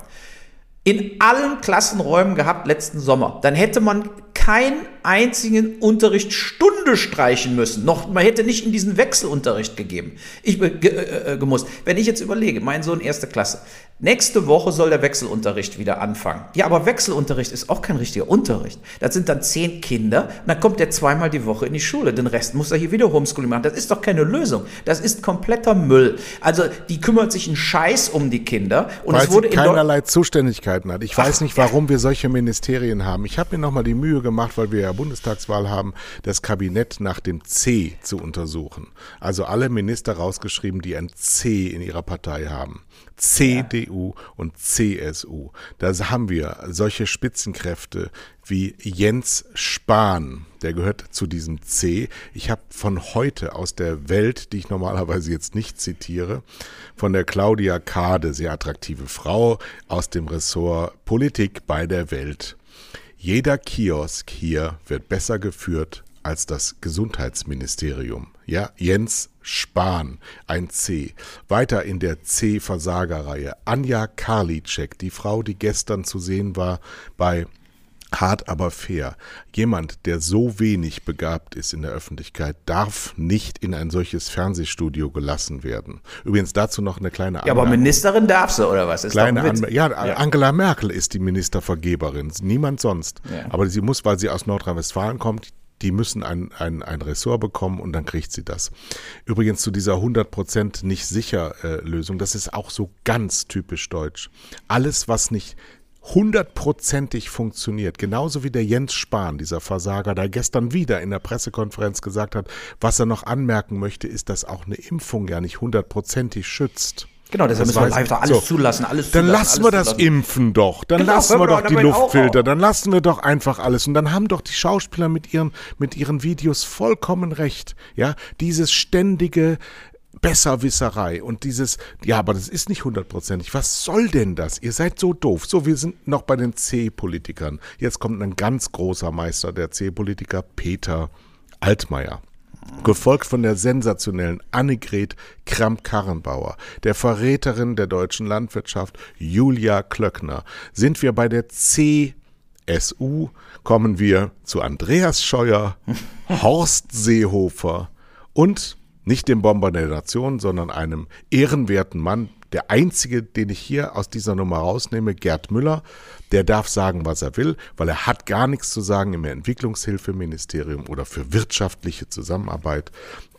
in allen Klassenräumen gehabt letzten Sommer. Dann hätte man keinen einzigen Unterrichtsstunde streichen müssen. Noch, man hätte nicht in diesen Wechselunterricht gegeben. Ich ge, äh, gemusst. Wenn ich jetzt überlege, mein Sohn erste Klasse, nächste Woche soll der Wechselunterricht wieder anfangen. Ja, aber Wechselunterricht ist auch kein richtiger Unterricht. Das sind dann zehn Kinder, und dann kommt der zweimal die Woche in die Schule. Den Rest muss er hier wieder Homeschooling machen. Das ist doch keine Lösung. Das ist kompletter Müll. Also, die kümmert sich einen Scheiß um die Kinder. Und Weil es wurde sie keinerlei Zuständigkeiten hat. Ich weiß Ach, nicht, warum wir solche Ministerien haben. Ich habe mir nochmal die Mühe gemacht, weil wir ja Bundestagswahl haben, das Kabinett nach dem C zu untersuchen. Also alle Minister rausgeschrieben, die ein C in ihrer Partei haben. C D U ja. und C S U. Da haben wir solche Spitzenkräfte wie Jens Spahn, der gehört zu diesem C. Ich habe von heute aus der Welt, die ich normalerweise jetzt nicht zitiere, von der Claudia Kade, sehr attraktive Frau aus dem Ressort Politik bei der Welt. Jeder Kiosk hier wird besser geführt als das Gesundheitsministerium. Ja, Jens Spahn, ein C. Weiter in der C-Versagerreihe. Anja Karliczek, die Frau, die gestern zu sehen war bei Hart aber fair. Jemand, der so wenig begabt ist in der Öffentlichkeit, darf nicht in ein solches Fernsehstudio gelassen werden. Übrigens dazu noch eine kleine Anmerkung. Ja, aber Ministerin darf sie, oder was? Ist kleine Anmer- ja, ja, Angela Merkel ist die Ministervergeberin, niemand sonst. Ja. Aber sie muss, weil sie aus Nordrhein-Westfalen kommt, die müssen ein, ein, ein Ressort bekommen und dann kriegt sie das. Übrigens zu dieser hundert Prozent nicht sicher äh, Lösung, das ist auch so ganz typisch deutsch. Alles, was nicht hundertprozentig funktioniert, genauso wie der Jens Spahn, dieser Versager, der gestern wieder in der Pressekonferenz gesagt hat, was er noch anmerken möchte, ist, dass auch eine Impfung ja nicht hundertprozentig schützt. Genau, deshalb das müssen wir einfach alles so. zulassen, alles Dann zulassen. lassen wir das zulassen. Impfen doch, dann genau, lassen wir doch die Luftfilter, auch. dann lassen wir doch einfach alles und dann haben doch die Schauspieler mit ihren, mit ihren Videos vollkommen recht, ja, dieses ständige Besserwisserei und dieses, ja, aber das ist nicht hundertprozentig. Was soll denn das? Ihr seid so doof. So, wir sind noch bei den C-Politikern. Jetzt kommt ein ganz großer Meister der C-Politiker, Peter Altmaier. Gefolgt von der sensationellen Annegret Kramp-Karrenbauer, der Verräterin der deutschen Landwirtschaft Julia Klöckner. Sind wir bei der C S U, kommen wir zu Andreas Scheuer, Horst Seehofer und nicht dem Bomber der Nation, sondern einem ehrenwerten Mann, der einzige, den ich hier aus dieser Nummer rausnehme, Gerd Müller, der darf sagen, was er will, weil er hat gar nichts zu sagen im Entwicklungshilfeministerium oder für wirtschaftliche Zusammenarbeit,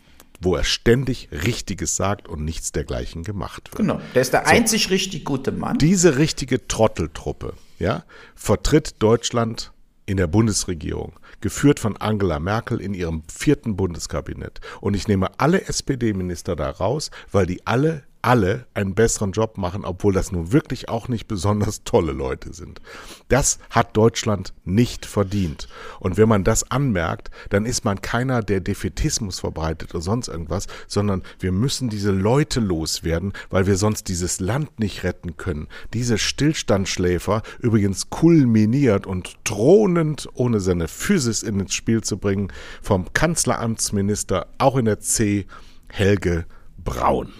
wo er ständig Richtiges sagt und nichts dergleichen gemacht wird. Genau, der ist der so, einzig richtig gute Mann. Diese richtige Trotteltruppe, ja, vertritt Deutschland in der Bundesregierung, geführt von Angela Merkel in ihrem vierten Bundeskabinett. Und ich nehme alle S P D-Minister da raus, weil die alle, alle einen besseren Job machen, obwohl das nun wirklich auch nicht besonders tolle Leute sind. Das hat Deutschland nicht verdient. Und wenn man das anmerkt, dann ist man keiner, der Defätismus verbreitet oder sonst irgendwas, sondern wir müssen diese Leute loswerden, weil wir sonst dieses Land nicht retten können. Diese Stillstandsschläfer, übrigens kulminiert und thronend, ohne seine Physis ins Spiel zu bringen, vom Kanzleramtsminister, auch in der C, Helge Braun.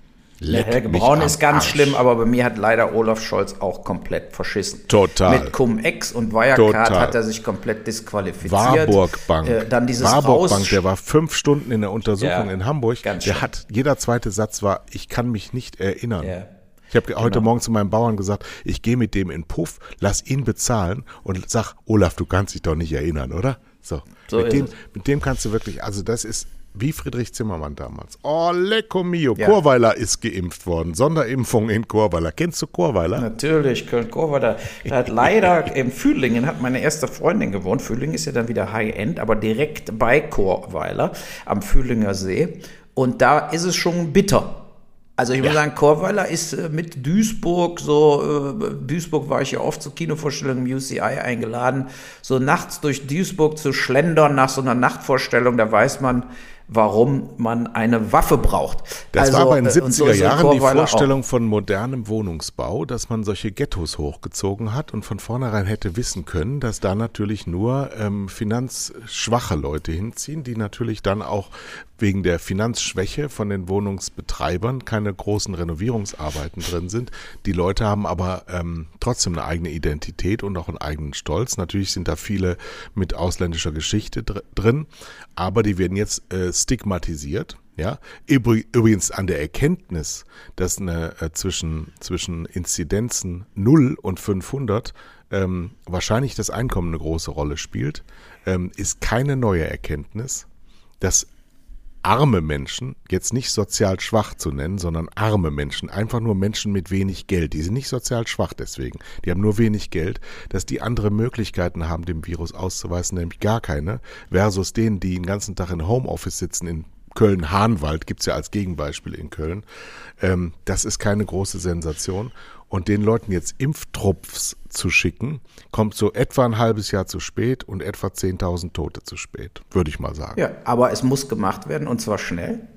Der Helge Braun ist ganz Arsch. schlimm, aber bei mir hat leider Olaf Scholz auch komplett verschissen. Total. Mit Cum-Ex und Wirecard Total. hat er sich komplett disqualifiziert. Warburg Bank. Äh, dann dieses Warburg Bank, der war fünf Stunden in der Untersuchung ja, in Hamburg. Ganz der schlimm. hat, jeder zweite Satz war, ich kann mich nicht erinnern. Ja. Ich habe heute genau. Morgen zu meinem Bauern gesagt, ich gehe mit dem in Puff, lass ihn bezahlen und sag, Olaf, du kannst dich doch nicht erinnern, oder? So, so mit, dem, es. mit dem kannst du wirklich, also das ist wie Friedrich Zimmermann damals. Oh, lecco mio. Ja. Chorweiler ist geimpft worden. Sonderimpfung in Chorweiler. Kennst du Chorweiler? Natürlich, Köln-Chorweiler. Da hat leider in Fühlingen hat meine erste Freundin gewohnt. Fühlingen ist ja dann wieder High-End, aber direkt bei Chorweiler am Fühlinger See. Und da ist es schon bitter. Also ich würde ja. sagen, Chorweiler ist äh, mit Duisburg, so äh, Duisburg war ich ja oft zur Kinovorstellung im U C I eingeladen, so nachts durch Duisburg zu schlendern nach so einer Nachtvorstellung, da weiß man, warum man eine Waffe braucht. Das also, war aber in den siebziger so Jahren die Vorstellung auch. von modernem Wohnungsbau, dass man solche Ghettos hochgezogen hat und von vornherein hätte wissen können, dass da natürlich nur ähm, finanzschwache Leute hinziehen, die natürlich dann auch wegen der Finanzschwäche von den Wohnungsbetreibern keine großen Renovierungsarbeiten drin sind. Die Leute haben aber ähm, trotzdem eine eigene Identität und auch einen eigenen Stolz. Natürlich sind da viele mit ausländischer Geschichte dr- drin, aber die werden jetzt äh, stigmatisiert. Ja, übrigens an der Erkenntnis, dass eine, äh, zwischen, zwischen Inzidenzen null und fünfhundert ähm, wahrscheinlich das Einkommen eine große Rolle spielt, ähm, ist keine neue Erkenntnis, dass arme Menschen, jetzt nicht sozial schwach zu nennen, sondern arme Menschen, einfach nur Menschen mit wenig Geld, die sind nicht sozial schwach deswegen, die haben nur wenig Geld, dass die andere Möglichkeiten haben, dem Virus auszuweisen, nämlich gar keine, versus denen, die den ganzen Tag in Homeoffice sitzen, in Köln-Hahnwald, gibt's ja als Gegenbeispiel in Köln, ähm, das ist keine große Sensation. Und den Leuten jetzt Impftrupps zu schicken, kommt so etwa ein halbes Jahr zu spät und etwa zehntausend Tote zu spät, würde ich mal sagen. Ja, aber es muss gemacht werden und zwar schnell.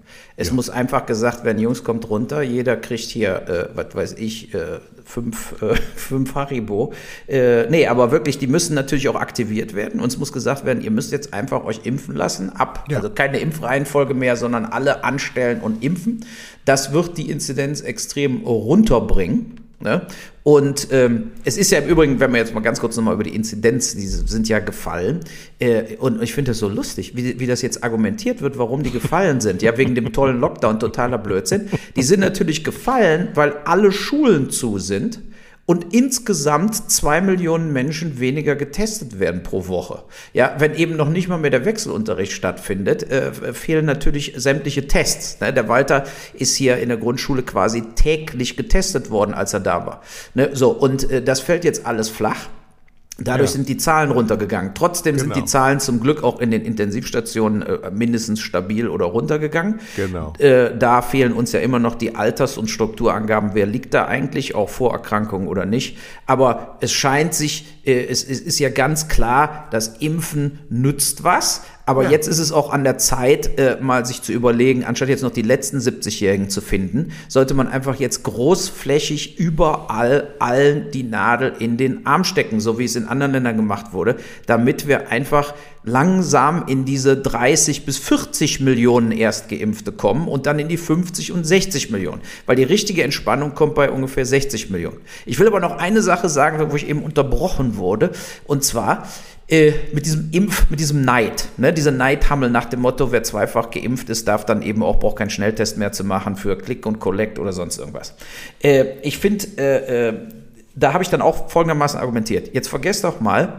Es ja. muss einfach gesagt werden, Jungs, kommt runter, jeder kriegt hier, äh, was weiß ich, äh, fünf, äh, fünf Haribo. Äh, nee, aber wirklich, die müssen natürlich auch aktiviert werden. Uns muss gesagt werden, ihr müsst jetzt einfach euch impfen lassen, ab. Ja. Also keine Impfreihenfolge mehr, sondern alle anstellen und impfen. Das wird die Inzidenz extrem runterbringen. Ne? Und ähm, es ist ja im Übrigen, wenn wir jetzt mal ganz kurz nochmal über die Inzidenz, die sind ja gefallen. Äh, und ich finde das so lustig, wie, wie das jetzt argumentiert wird, warum die gefallen sind. Ja, wegen dem tollen Lockdown, totaler Blödsinn. Die sind natürlich gefallen, weil alle Schulen zu sind und insgesamt zwei Millionen Menschen weniger getestet werden pro Woche. Ja, wenn eben noch nicht mal mehr der Wechselunterricht stattfindet, äh, fehlen natürlich sämtliche Tests. Ne? Der Walter ist hier in der Grundschule quasi täglich getestet worden, als er da war. Ne? So, und äh, das fällt jetzt alles flach. Dadurch ja. sind die Zahlen runtergegangen. Trotzdem genau. sind die Zahlen zum Glück auch in den Intensivstationen äh, mindestens stabil oder runtergegangen. Genau. Äh, da fehlen uns ja immer noch die Alters- und Strukturangaben. Wer liegt da eigentlich, auch Vorerkrankungen oder nicht? Aber es scheint sich, äh, es, es ist ja ganz klar, das Impfen nützt was. Aber ja. jetzt ist es auch an der Zeit, äh, mal sich zu überlegen, anstatt jetzt noch die letzten siebzigjährigen zu finden, sollte man einfach jetzt großflächig überall allen die Nadel in den Arm stecken, so wie es in anderen Ländern gemacht wurde, damit wir einfach langsam in diese dreißig bis vierzig Millionen Erstgeimpfte kommen und dann in die fünfzig und sechzig Millionen. Weil die richtige Entspannung kommt bei ungefähr sechzig Millionen. Ich will aber noch eine Sache sagen, wo ich eben unterbrochen wurde, und zwar Äh, mit diesem Impf, mit diesem Neid, ne, dieser Neidhammel nach dem Motto, wer zweifach geimpft ist, darf dann eben auch, braucht keinen Schnelltest mehr zu machen für Click und Collect oder sonst irgendwas. Äh, ich finde, äh, äh, da habe ich dann auch folgendermaßen argumentiert. Jetzt vergesst doch mal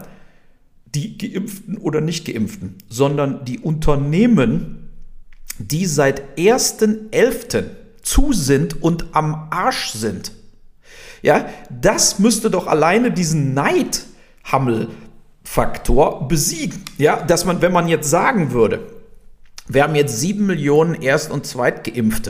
die Geimpften oder Nicht-Geimpften, sondern die Unternehmen, die seit ersten elften zu sind und am Arsch sind. Ja, das müsste doch alleine diesen Neidhammel Faktor besiegen. Ja, dass man, wenn man jetzt sagen würde, wir haben jetzt sieben Millionen Erst- und Zweitgeimpfte,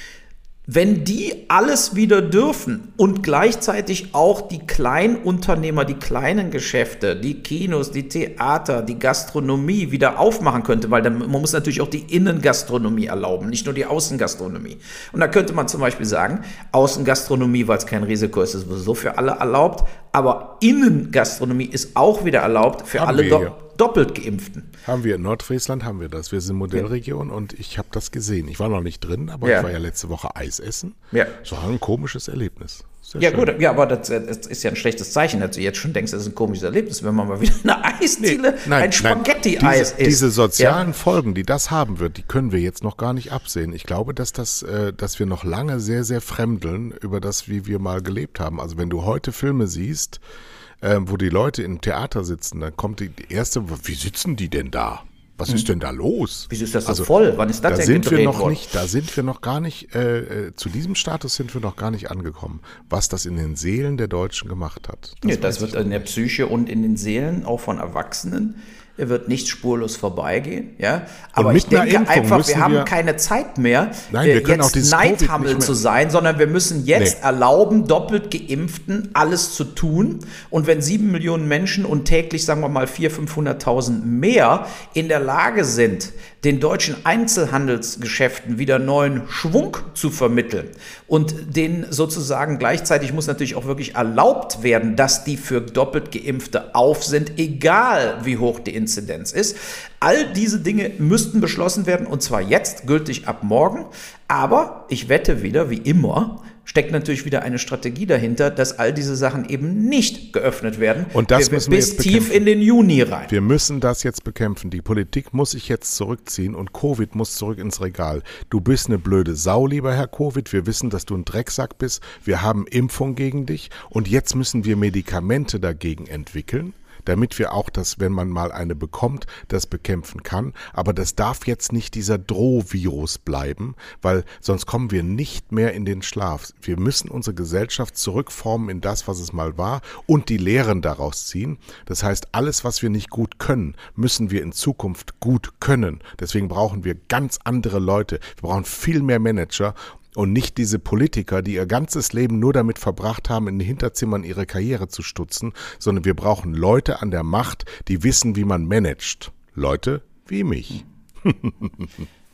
wenn die alles wieder dürfen und gleichzeitig auch die Kleinunternehmer, die kleinen Geschäfte, die Kinos, die Theater, die Gastronomie wieder aufmachen könnte, weil dann, man muss natürlich auch die Innengastronomie erlauben, nicht nur die Außengastronomie. Und da könnte man zum Beispiel sagen, Außengastronomie, weil es kein Risiko ist, ist sowieso für alle erlaubt, aber Innengastronomie ist auch wieder erlaubt für Haben alle wir, do- ja. doppelt Geimpften. Haben wir in Nordfriesland, haben wir das. Wir sind Modellregion ja. und ich habe das gesehen. Ich war noch nicht drin, aber ja. ich war ja letzte Woche Eis essen. Ja. Das war ein komisches Erlebnis. Sehr ja schön. gut, ja, aber das, das ist ja ein schlechtes Zeichen, dass du jetzt schon denkst, das ist ein komisches Erlebnis, wenn man mal wieder eine Eisdiele, nee, ein Spaghetti-Eis isst. Diese sozialen ja. Folgen, die das haben wird, die können wir jetzt noch gar nicht absehen. Ich glaube, dass das, äh, dass wir noch lange sehr, sehr fremdeln über das, wie wir mal gelebt haben. Also wenn du heute Filme siehst, äh, wo die Leute im Theater sitzen, dann kommt die erste, wie sitzen die denn da? Was ist denn da los? Wieso ist das so also, voll? Wann ist das da denn sind wir gedreht noch worden? nicht, Da sind wir noch gar nicht, äh, zu diesem Status sind wir noch gar nicht angekommen, was das in den Seelen der Deutschen gemacht hat. Das, ja, das wird in der Psyche und in den Seelen auch von Erwachsenen wird nicht spurlos vorbeigehen, ja. Aber ich denke einfach, wir haben wir, keine Zeit mehr, nein, wir können jetzt Neidhammel zu sein, sondern wir müssen jetzt nee. erlauben, doppelt Geimpften alles zu tun. Und wenn sieben Millionen Menschen und täglich, sagen wir mal, vierhunderttausend, fünfhunderttausend mehr in der Lage sind, den deutschen Einzelhandelsgeschäften wieder neuen Schwung zu vermitteln und denen sozusagen gleichzeitig muss natürlich auch wirklich erlaubt werden, dass die für doppelt Geimpfte auf sind, egal wie hoch die Inzidenz ist. All diese Dinge müssten beschlossen werden und zwar jetzt, gültig ab morgen. Aber ich wette wieder, wie immer, steckt natürlich wieder eine Strategie dahinter, dass all diese Sachen eben nicht geöffnet werden. Und das wir, müssen wir bis jetzt tief in den Juni rein. Wir müssen das jetzt bekämpfen. Die Politik muss sich jetzt zurückziehen und Covid muss zurück ins Regal. Du bist eine blöde Sau, lieber Herr Covid. Wir wissen, dass du ein Drecksack bist. Wir haben Impfung gegen dich und jetzt müssen wir Medikamente dagegen entwickeln, damit wir auch das, wenn man mal eine bekommt, das bekämpfen kann. Aber das darf jetzt nicht dieser Drohvirus bleiben, weil sonst kommen wir nicht mehr in den Schlaf. Wir müssen unsere Gesellschaft zurückformen in das, was es mal war und die Lehren daraus ziehen. Das heißt, alles, was wir nicht gut können, müssen wir in Zukunft gut können. Deswegen brauchen wir ganz andere Leute. Wir brauchen viel mehr Manager. Und nicht diese Politiker, die ihr ganzes Leben nur damit verbracht haben, in den Hinterzimmern ihre Karriere zu stutzen, sondern wir brauchen Leute an der Macht, die wissen, wie man managt. Leute wie mich.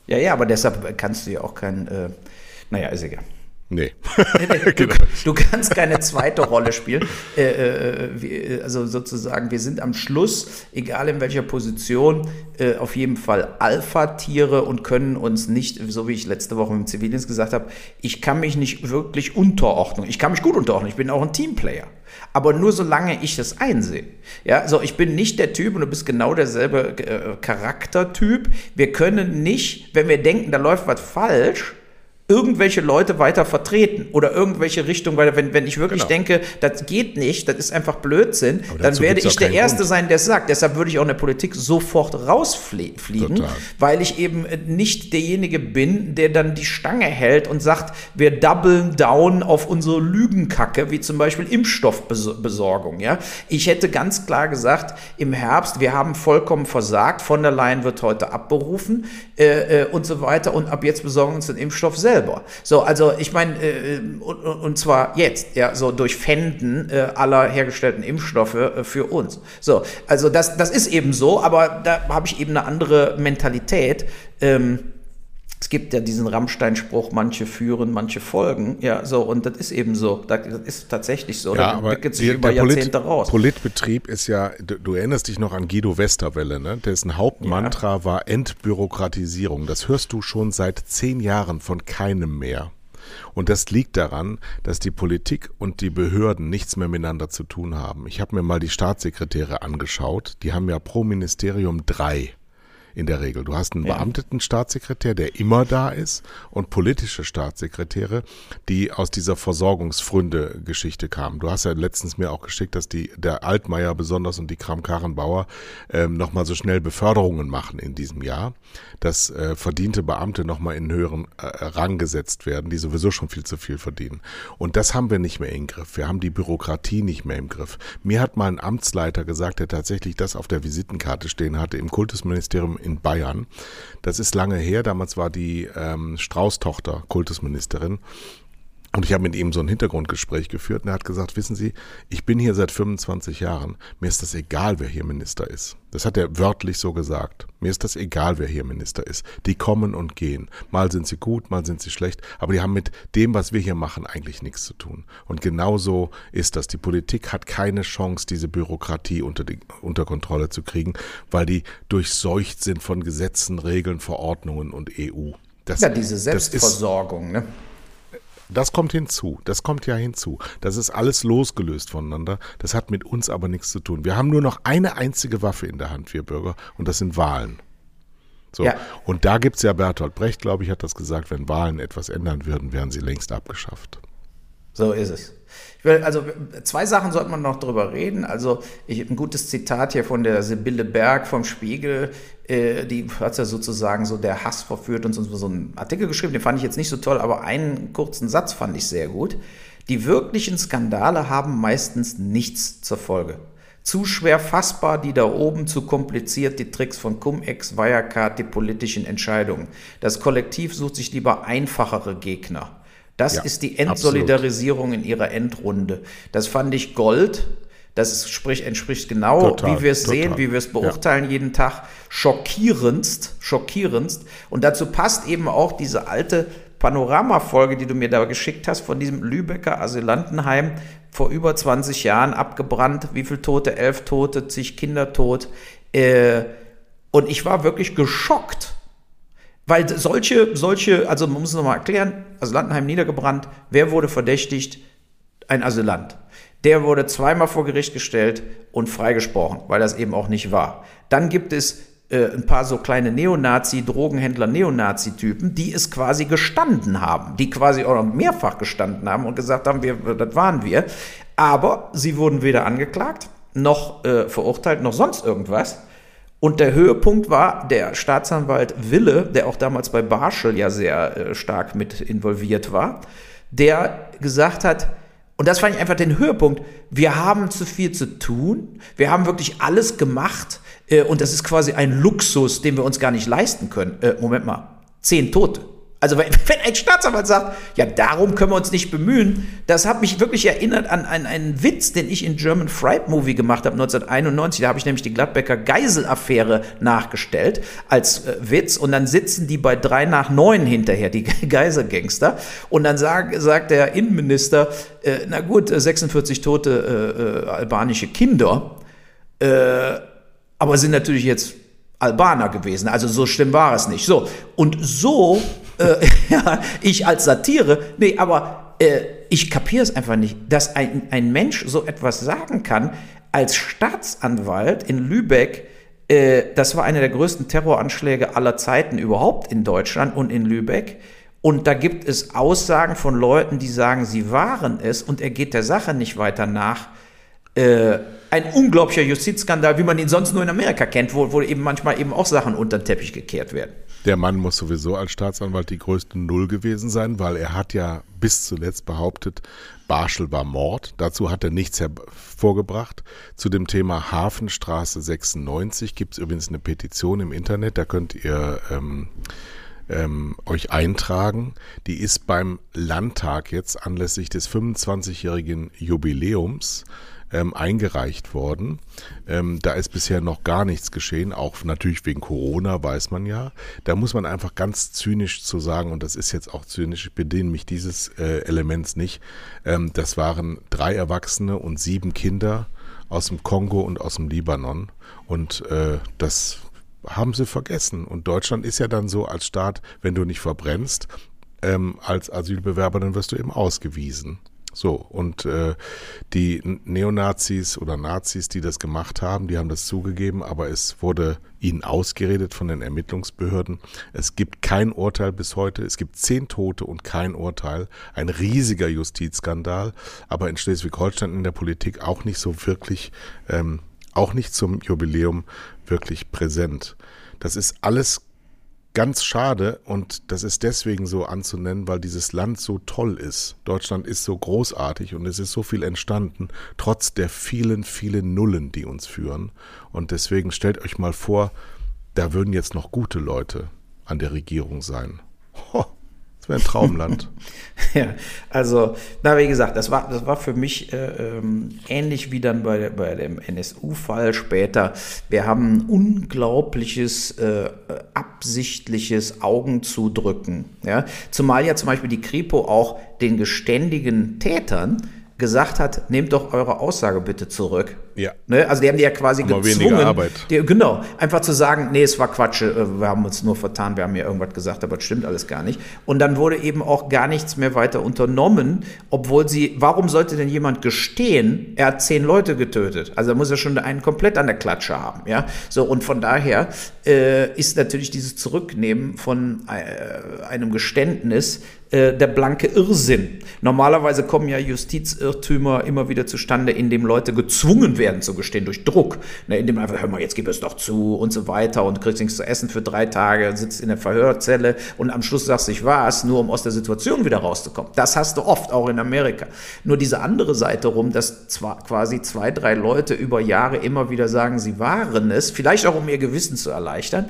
Ja, ja, aber deshalb kannst du ja auch kein, äh, naja, ist egal. Nee. du, genau. du kannst keine zweite Rolle spielen. Äh, äh, wir, also sozusagen, wir sind am Schluss, egal in welcher Position, äh, auf jeden Fall Alpha-Tiere und können uns nicht, so wie ich letzte Woche im Zivildienst gesagt habe, ich kann mich nicht wirklich unterordnen. Ich kann mich gut unterordnen, ich bin auch ein Teamplayer. Aber nur solange ich das einsehe. Ja, so ich bin nicht der Typ und du bist genau derselbe äh, Charaktertyp. Wir können nicht, wenn wir denken, da läuft was falsch, irgendwelche Leute weiter vertreten oder irgendwelche Richtungen weiter. Wenn, wenn ich wirklich genau. denke, das geht nicht, das ist einfach Blödsinn, dann werde ich der Erste Grund. sein, der es sagt. Deshalb würde ich auch in der Politik sofort rausfliegen, Total. weil ich eben nicht derjenige bin, der dann die Stange hält und sagt, wir doublen down auf unsere Lügenkacke, wie zum Beispiel Impfstoffbesorgung. Ja? Ich hätte ganz klar gesagt, im Herbst, wir haben vollkommen versagt, von der Leyen wird heute abberufen äh, und so weiter und ab jetzt besorgen wir uns den Impfstoff selbst. So, also ich meine, äh, und, und zwar jetzt, ja, so durch Pfänden äh, aller hergestellten Impfstoffe äh, für uns. So, also das, das ist eben so, aber da habe ich eben eine andere Mentalität. Ähm, es gibt ja diesen Rammstein-Spruch, manche führen, manche folgen, ja, so, und das ist eben so, das ist tatsächlich so, ja, das aber entwickelt sich die, über Jahrzehnte Polit, raus. Politbetrieb ist ja, du, du erinnerst dich noch an Guido Westerwelle, ne? Dessen Hauptmantra ja. war Entbürokratisierung. Das hörst du schon seit zehn Jahren von keinem mehr. Und das liegt daran, dass die Politik und die Behörden nichts mehr miteinander zu tun haben. Ich habe mir mal die Staatssekretäre angeschaut, die haben ja pro Ministerium drei. In der Regel. Du hast einen ja. beamteten Staatssekretär, der immer da ist, und politische Staatssekretäre, die aus dieser Versorgungsfründe-Geschichte kamen. Du hast ja letztens mir auch geschickt, dass die der Altmaier besonders und die Kramp-Karrenbauer ähm, nochmal so schnell Beförderungen machen in diesem Jahr, dass äh, verdiente Beamte nochmal in einen höheren äh, Rang gesetzt werden, die sowieso schon viel zu viel verdienen. Und das haben wir nicht mehr im Griff. Wir haben die Bürokratie nicht mehr im Griff. Mir hat mal ein Amtsleiter gesagt, der tatsächlich das auf der Visitenkarte stehen hatte, im Kultusministerium in Bayern. Das ist lange her. Damals war die ähm, Strauß-Tochter Kultusministerin. Und ich habe mit ihm so ein Hintergrundgespräch geführt und er hat gesagt, wissen Sie, ich bin hier seit fünfundzwanzig Jahren. Mir ist das egal, wer hier Minister ist. Das hat er wörtlich so gesagt. Mir ist das egal, wer hier Minister ist. Die kommen und gehen. Mal sind sie gut, mal sind sie schlecht. Aber die haben mit dem, was wir hier machen, eigentlich nichts zu tun. Und genau so ist das. Die Politik hat keine Chance, diese Bürokratie unter, die, unter Kontrolle zu kriegen, weil die durchseucht sind von Gesetzen, Regeln, Verordnungen und E U. Das, ja, diese Selbstversorgung, das ist, ne? Das kommt hinzu, das kommt ja hinzu. Das ist alles losgelöst voneinander. Das hat mit uns aber nichts zu tun. Wir haben nur noch eine einzige Waffe in der Hand, wir Bürger, und das sind Wahlen. So. Ja. Und da gibt's ja, Bertolt Brecht, glaube ich, hat das gesagt, wenn Wahlen etwas ändern würden, wären sie längst abgeschafft. So ist es. Ich will, also zwei Sachen sollte man noch drüber reden. Also ich ein gutes Zitat hier von der Sibylle Berg vom Spiegel, äh, die hat ja sozusagen so der Hass verführt und so einen Artikel geschrieben, den fand ich jetzt nicht so toll, aber einen kurzen Satz fand ich sehr gut. Die wirklichen Skandale haben meistens nichts zur Folge. Zu schwer fassbar die da oben, zu kompliziert die Tricks von Cum-Ex, Wirecard, die politischen Entscheidungen. Das Kollektiv sucht sich lieber einfachere Gegner. Das ja, ist die Entsolidarisierung absolut. In ihrer Endrunde. Das fand ich Gold. Das spricht, entspricht genau, total, wie wir es sehen, wie wir es beurteilen ja. jeden Tag. Schockierendst, schockierendst. Und dazu passt eben auch diese alte Panorama-Folge, die du mir da geschickt hast, von diesem Lübecker Asylantenheim vor über zwanzig Jahren abgebrannt. Wie viele Tote? Elf Tote, zig Kinder tot. Äh, und ich war wirklich geschockt. Weil solche, solche, also man muss es nochmal erklären, Asylantenheim niedergebrannt, wer wurde verdächtigt? Ein Asylant. Der wurde zweimal vor Gericht gestellt und freigesprochen, weil das eben auch nicht war. Dann gibt es äh, ein paar so kleine Neonazi, Drogenhändler, Neonazi-Typen, die es quasi gestanden haben, die quasi auch noch mehrfach gestanden haben und gesagt haben, wir, das waren wir. Aber sie wurden weder angeklagt, noch äh, verurteilt, noch sonst irgendwas. Und der Höhepunkt war der Staatsanwalt Wille, der auch damals bei Barschel ja sehr äh, stark mit involviert war, der gesagt hat, und das fand ich einfach den Höhepunkt, wir haben zu viel zu tun, wir haben wirklich alles gemacht äh, und das ist quasi ein Luxus, den wir uns gar nicht leisten können. Äh, Moment mal, zehn Tote. Also wenn, wenn ein Staatsanwalt sagt, ja, darum können wir uns nicht bemühen, das hat mich wirklich erinnert an, an einen Witz, den ich in German Fried Movie gemacht habe, neunzehnhunderteinundneunzig. Da habe ich nämlich die Gladbecker Geisel-Affäre nachgestellt als äh, Witz. Und dann sitzen die bei drei nach neun hinterher, die Geiselgangster. Und dann sag, sagt der Innenminister, äh, na gut, sechsundvierzig tote äh, albanische Kinder, äh, aber sind natürlich jetzt Albaner gewesen. Also so schlimm war es nicht. So, und so... Äh, ja, ich als Satire, nee, aber äh, ich kapiere es einfach nicht, dass ein, ein Mensch so etwas sagen kann, als Staatsanwalt in Lübeck, äh, das war einer der größten Terroranschläge aller Zeiten überhaupt in Deutschland und in Lübeck, und da gibt es Aussagen von Leuten, die sagen, sie waren es, und er geht der Sache nicht weiter nach. Äh, ein unglaublicher Justizskandal, wie man ihn sonst nur in Amerika kennt, wo, wo eben manchmal eben auch Sachen unter den Teppich gekehrt werden. Der Mann muss sowieso als Staatsanwalt die größte Null gewesen sein, weil er hat ja bis zuletzt behauptet, Barschel war Mord. Dazu hat er nichts hervorgebracht. Zu dem Thema Hafenstraße sechsundneunzig gibt es übrigens eine Petition im Internet, da könnt ihr ähm, ähm, euch eintragen. Die ist beim Landtag jetzt anlässlich des fünfundzwanzigjährigen Jubiläums Ähm, eingereicht worden. Ähm, da ist bisher noch gar nichts geschehen, auch natürlich wegen Corona, weiß man ja. Da muss man einfach ganz zynisch zu sagen, und das ist jetzt auch zynisch, ich bediene mich dieses äh, Elements nicht, ähm, das waren drei Erwachsene und sieben Kinder aus dem Kongo und aus dem Libanon, und äh, das haben sie vergessen. Und Deutschland ist ja dann so als Staat, wenn du nicht verbrennst, ähm, als Asylbewerber, dann wirst du eben ausgewiesen. So, und äh, die Neonazis oder Nazis, die das gemacht haben, die haben das zugegeben, aber es wurde ihnen ausgeredet von den Ermittlungsbehörden. Es gibt kein Urteil bis heute, es gibt zehn Tote und kein Urteil. Ein riesiger Justizskandal, aber in Schleswig-Holstein in der Politik auch nicht so wirklich, ähm, auch nicht zum Jubiläum wirklich präsent. Das ist alles ganz schade, und das ist deswegen so anzunennen, weil dieses Land so toll ist. Deutschland ist so großartig und es ist so viel entstanden, trotz der vielen, vielen Nullen, die uns führen. Und deswegen stellt euch mal vor, da würden jetzt noch gute Leute an der Regierung sein. Ho, das wäre ein Traumland. Ja, also, na, wie gesagt, das war, das war für mich äh, ähm, ähnlich wie dann bei, bei dem N S U-Fall später. Wir haben ein unglaubliches, äh, absichtliches Augenzudrücken. Ja? Zumal ja zum Beispiel die Kripo auch den geständigen Tätern gesagt hat, nehmt doch eure Aussage bitte zurück. Ja. Ne? Also die haben die ja quasi Aber gezwungen, weniger Arbeit. Die, genau, einfach zu sagen, nee, es war Quatsch, wir haben uns nur vertan, wir haben ja irgendwas gesagt, aber das stimmt alles gar nicht. Und dann wurde eben auch gar nichts mehr weiter unternommen, obwohl sie, warum sollte denn jemand gestehen, er hat zehn Leute getötet? Also da muss er schon einen komplett an der Klatsche haben, ja. So, und von daher äh, ist natürlich dieses Zurücknehmen von äh, einem Geständnis äh, der blanke Irrsinn. Normalerweise kommen ja Justizirrtümer immer wieder zustande, indem Leute gezwungen werden zu gestehen, durch Druck, ne, indem man einfach, hör mal, jetzt gib es doch zu und so weiter, und kriegst nichts zu essen für drei Tage, sitzt in der Verhörzelle und am Schluss sagst du, ich war's, nur um aus der Situation wieder rauszukommen. Das hast du oft, auch in Amerika. Nur diese andere Seite rum, dass zwar quasi zwei, drei Leute über Jahre immer wieder sagen, sie waren es, vielleicht auch um ihr Gewissen zu erleichtern,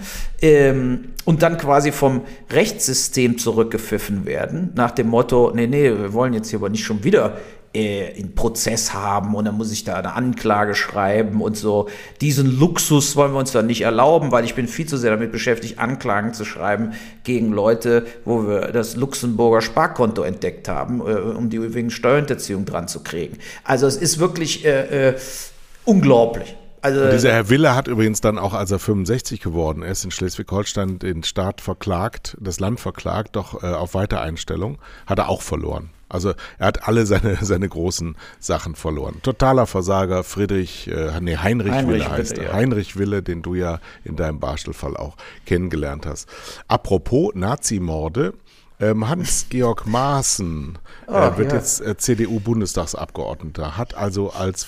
ähm, und dann quasi vom Rechtssystem zurückgepfiffen werden, nach dem Motto, nee, nee, wir wollen jetzt hier aber nicht schon wieder einen Prozess haben und dann muss ich da eine Anklage schreiben und so. Diesen Luxus wollen wir uns dann nicht erlauben, weil ich bin viel zu sehr damit beschäftigt, Anklagen zu schreiben gegen Leute, wo wir das Luxemburger Sparkonto entdeckt haben, um die wegen Steuerhinterziehung dran zu kriegen. Also es ist wirklich äh, äh, unglaublich. Also, und dieser Herr Wille hat übrigens dann auch, als er fünfundsechzig geworden ist, in Schleswig-Holstein den Staat verklagt, das Land verklagt, doch äh, auf Weitereinstellung, hat er auch verloren. Also er hat alle seine seine großen Sachen verloren. Totaler Versager, Friedrich, äh, nee, Heinrich, Heinrich Wille heißt bitte, er. Ja. Heinrich Wille, den du ja in deinem Barschel-Fall auch kennengelernt hast. Apropos Nazimorde, ähm, Hans-Georg Maaßen äh, oh, wird ja. jetzt äh, C D U-Bundestagsabgeordneter, hat also als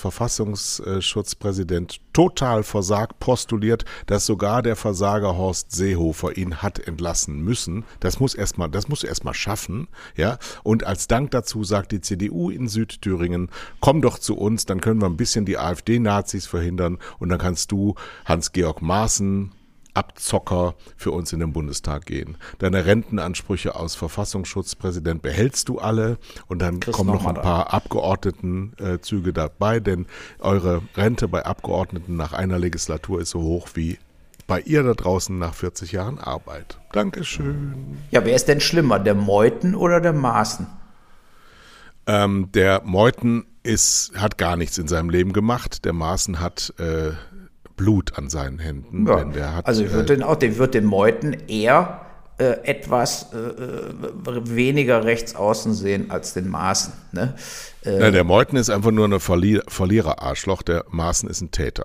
Verfassungsschutzpräsident total versagt, postuliert, dass sogar der Versager Horst Seehofer ihn hat entlassen müssen. Das muss erstmal, das muss erstmal schaffen, ja. Und als Dank dazu sagt die C D U in Südthüringen, komm doch zu uns, dann können wir ein bisschen die AfD-Nazis verhindern und dann kannst du Hans-Georg Maaßen Abzocker für uns in den Bundestag gehen. Deine Rentenansprüche aus Verfassungsschutzpräsident behältst du alle und dann Kriegst kommen noch ein noch paar Abgeordnetenzüge dabei, denn eure Rente bei Abgeordneten nach einer Legislatur ist so hoch wie bei ihr da draußen nach vierzig Jahren Arbeit. Dankeschön. Ja, wer ist denn schlimmer, der Meuthen oder der Maaßen? Ähm, der Meuthen ist, hat gar nichts in seinem Leben gemacht. Der Maaßen hat äh, Blut an seinen Händen. Ja, denn der hat, also ich würde äh, den auch, den wird den Meuthen eher äh, etwas äh, weniger rechts außen sehen als den Maaßen. Ne? Äh, nein, der Meuthen ist einfach nur ein Verlier- Verlierer-Arschloch. Der Maaßen ist ein Täter.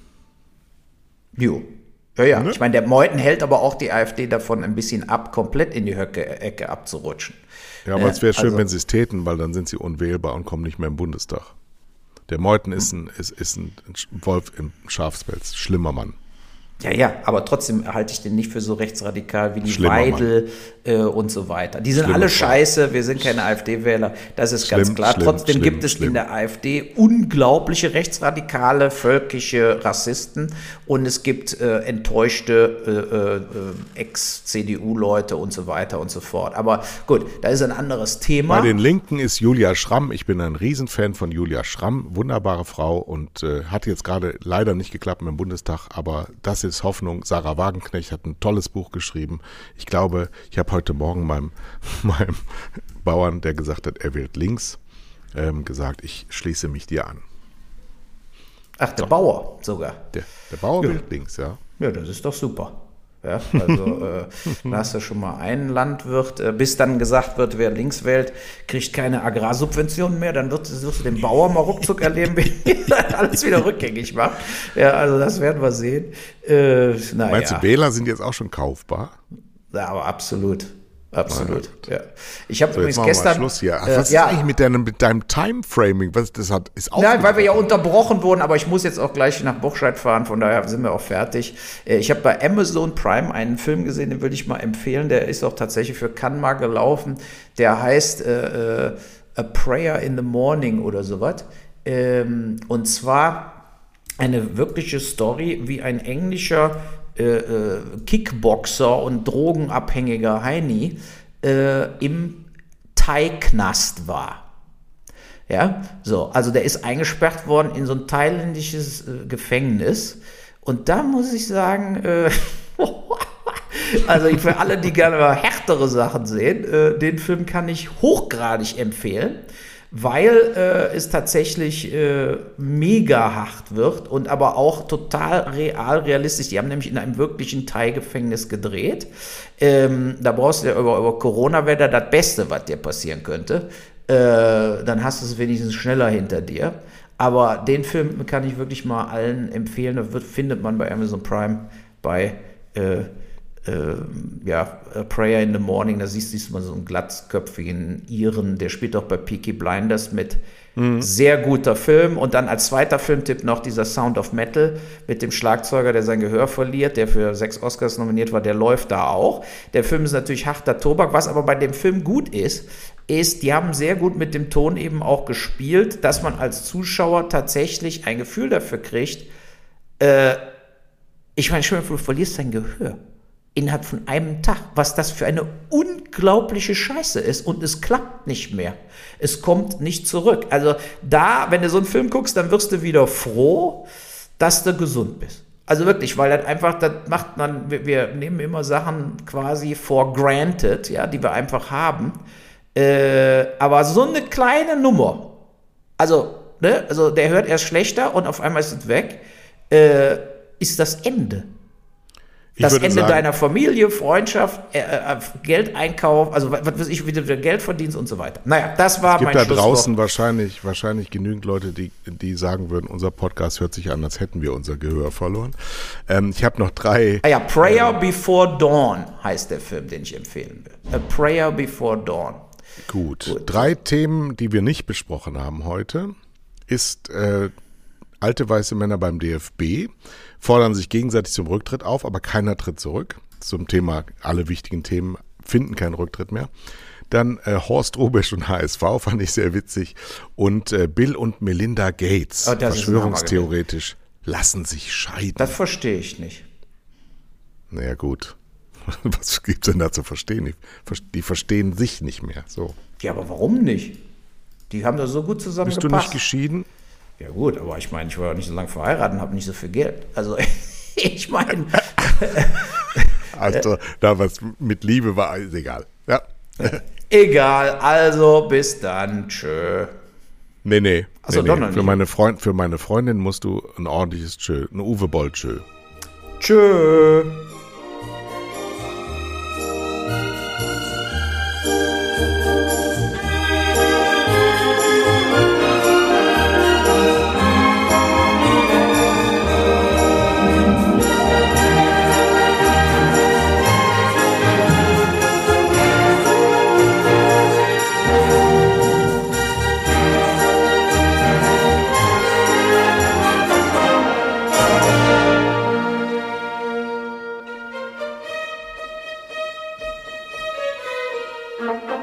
Jo. Ja, ja. Ne? Ich meine, der Meuthen hält aber auch die AfD davon ein bisschen ab, komplett in die Höcke-Ecke abzurutschen. Ja, aber es wäre schön, also, wenn sie es täten, weil dann sind sie unwählbar und kommen nicht mehr im Bundestag. Der Meuthen ist ein, ist, ist ein Wolf im Schafspelz. Schlimmer Mann. Ja, ja, aber trotzdem halte ich den nicht für so rechtsradikal wie die Schlimmer Weidel äh, und so weiter. Die sind Schlimmer alle Mann. scheiße, wir sind keine AfD-Wähler, das ist ganz Schlimm, klar. schlimm, Trotzdem schlimm, gibt es schlimm. in der AfD unglaubliche rechtsradikale, völkische Rassisten und es gibt äh, enttäuschte äh, äh, Ex-C D U-Leute und so weiter und so fort. Aber gut, da ist ein anderes Thema. Bei den Linken ist Julia Schramm. Ich bin ein Riesenfan von Julia Schramm. Wunderbare Frau und äh, hat jetzt gerade leider nicht geklappt im Bundestag, aber das ist Hoffnung. Sarah Wagenknecht hat ein tolles Buch geschrieben. Ich glaube, ich habe heute Morgen meinem, meinem Bauern, der gesagt hat, er wählt links, ähm, gesagt, ich schließe mich dir an. Ach, der so. Bauer sogar. Der, der Bauer ja. wählt links, ja. Ja, das ist doch super. Ja, also äh, da hast du schon mal einen Landwirt, äh, bis dann gesagt wird, wer links wählt, kriegt keine Agrarsubventionen mehr, dann wird, wirst du den Bauer mal ruckzuck erleben, wie er alles wieder rückgängig macht. Ja, also das werden wir sehen. Äh, naja. Meinst du, Wähler sind jetzt auch schon kaufbar? Ja, aber absolut. Absolut, ja. Ich habe so, übrigens jetzt machen wir gestern. Mal Schluss hier. Ach, äh, was ist ja, eigentlich mit deinem, mit deinem Timeframing? Was das hat, ist Nein, weil wir ja unterbrochen wurden, aber ich muss jetzt auch gleich nach Burscheid fahren, von daher sind wir auch fertig. Ich habe bei Amazon Prime einen Film gesehen, den würde ich mal empfehlen. Der ist auch tatsächlich für Cannes mal gelaufen. Der heißt äh, A Prayer in the Morning oder sowas. Ähm, und zwar eine wirkliche Story, wie ein englischer Äh, äh, Kickboxer und drogenabhängiger Heini äh, im Thai-Knast war. Ja, so, also der ist eingesperrt worden in so ein thailändisches äh, Gefängnis und da muss ich sagen, äh, also für alle, die gerne mal härtere Sachen sehen, äh, den Film kann ich hochgradig empfehlen, weil äh, es tatsächlich äh, mega hart wird und aber auch total real, realistisch. Die haben nämlich in einem wirklichen Thai-Gefängnis gedreht. Ähm, da brauchst du ja über, über Corona, wäre da das Beste, was dir passieren könnte. Äh, dann hast du es wenigstens schneller hinter dir. Aber den Film kann ich wirklich mal allen empfehlen. Das wird, findet man bei Amazon Prime bei äh, Äh, ja, A Prayer in the Morning, da siehst du mal so einen glatzköpfigen Iren, der spielt auch bei Peaky Blinders mit. Mhm. Sehr guter Film. Und dann als zweiter Filmtipp noch dieser Sound of Metal mit dem Schlagzeuger, der sein Gehör verliert, der für sechs Oscars nominiert war, der läuft da auch. Der Film ist natürlich harter Tobak. Was aber bei dem Film gut ist, ist, die haben sehr gut mit dem Ton eben auch gespielt, dass man als Zuschauer tatsächlich ein Gefühl dafür kriegt, äh, ich meine, schon mal, du verlierst dein Gehör innerhalb von einem Tag, was das für eine unglaubliche Scheiße ist und es klappt nicht mehr. Es kommt nicht zurück. Also da, wenn du so einen Film guckst, dann wirst du wieder froh, dass du gesund bist. Also wirklich, weil das einfach, das macht man, wir, wir nehmen immer Sachen quasi for granted, ja, die wir einfach haben. Äh, aber so eine kleine Nummer, also, ne, also der hört erst schlechter und auf einmal ist es weg, äh, ist das Ende. Das Ende sagen, deiner Familie, Freundschaft, äh, äh, Geldeinkauf, also was weiß ich, wie du Geld verdienst und so weiter. Naja, das war mein Schlusswort. Es gibt da draußen wahrscheinlich, wahrscheinlich genügend Leute, die, die sagen würden, unser Podcast hört sich an, als hätten wir unser Gehör verloren. Ähm, ich habe noch drei... Ah ja, Prayer äh, Before Dawn heißt der Film, den ich empfehlen will. A Prayer Before Dawn. Gut. Gut. Drei Themen, die wir nicht besprochen haben heute, ist... Äh, alte weiße Männer beim D F B fordern sich gegenseitig zum Rücktritt auf, aber keiner tritt zurück. Zum Thema, alle wichtigen Themen finden keinen Rücktritt mehr. Dann äh, Horst Rubesch und H S V fand ich sehr witzig. Und äh, Bill und Melinda Gates, oh, verschwörungstheoretisch, lassen sich scheiden. Das verstehe ich nicht. Naja, gut. Was gibt's denn da zu verstehen? Die, die verstehen sich nicht mehr. So. Ja, aber warum nicht? Die haben da so gut zusammen Bist gepasst. du nicht geschieden? Ja gut, aber ich meine, ich war ja nicht so lange verheiratet und habe nicht so viel Geld. Also ich meine... Also da was mit Liebe war, ist egal. Ja. Egal, also bis dann, tschö. Nee, nee. Ach so, nee, doch nee. noch nicht. Für meine Freund, für meine Freundin musst du ein ordentliches Tschö, ein Uwe Boll Tschö. Tschö. Thank you.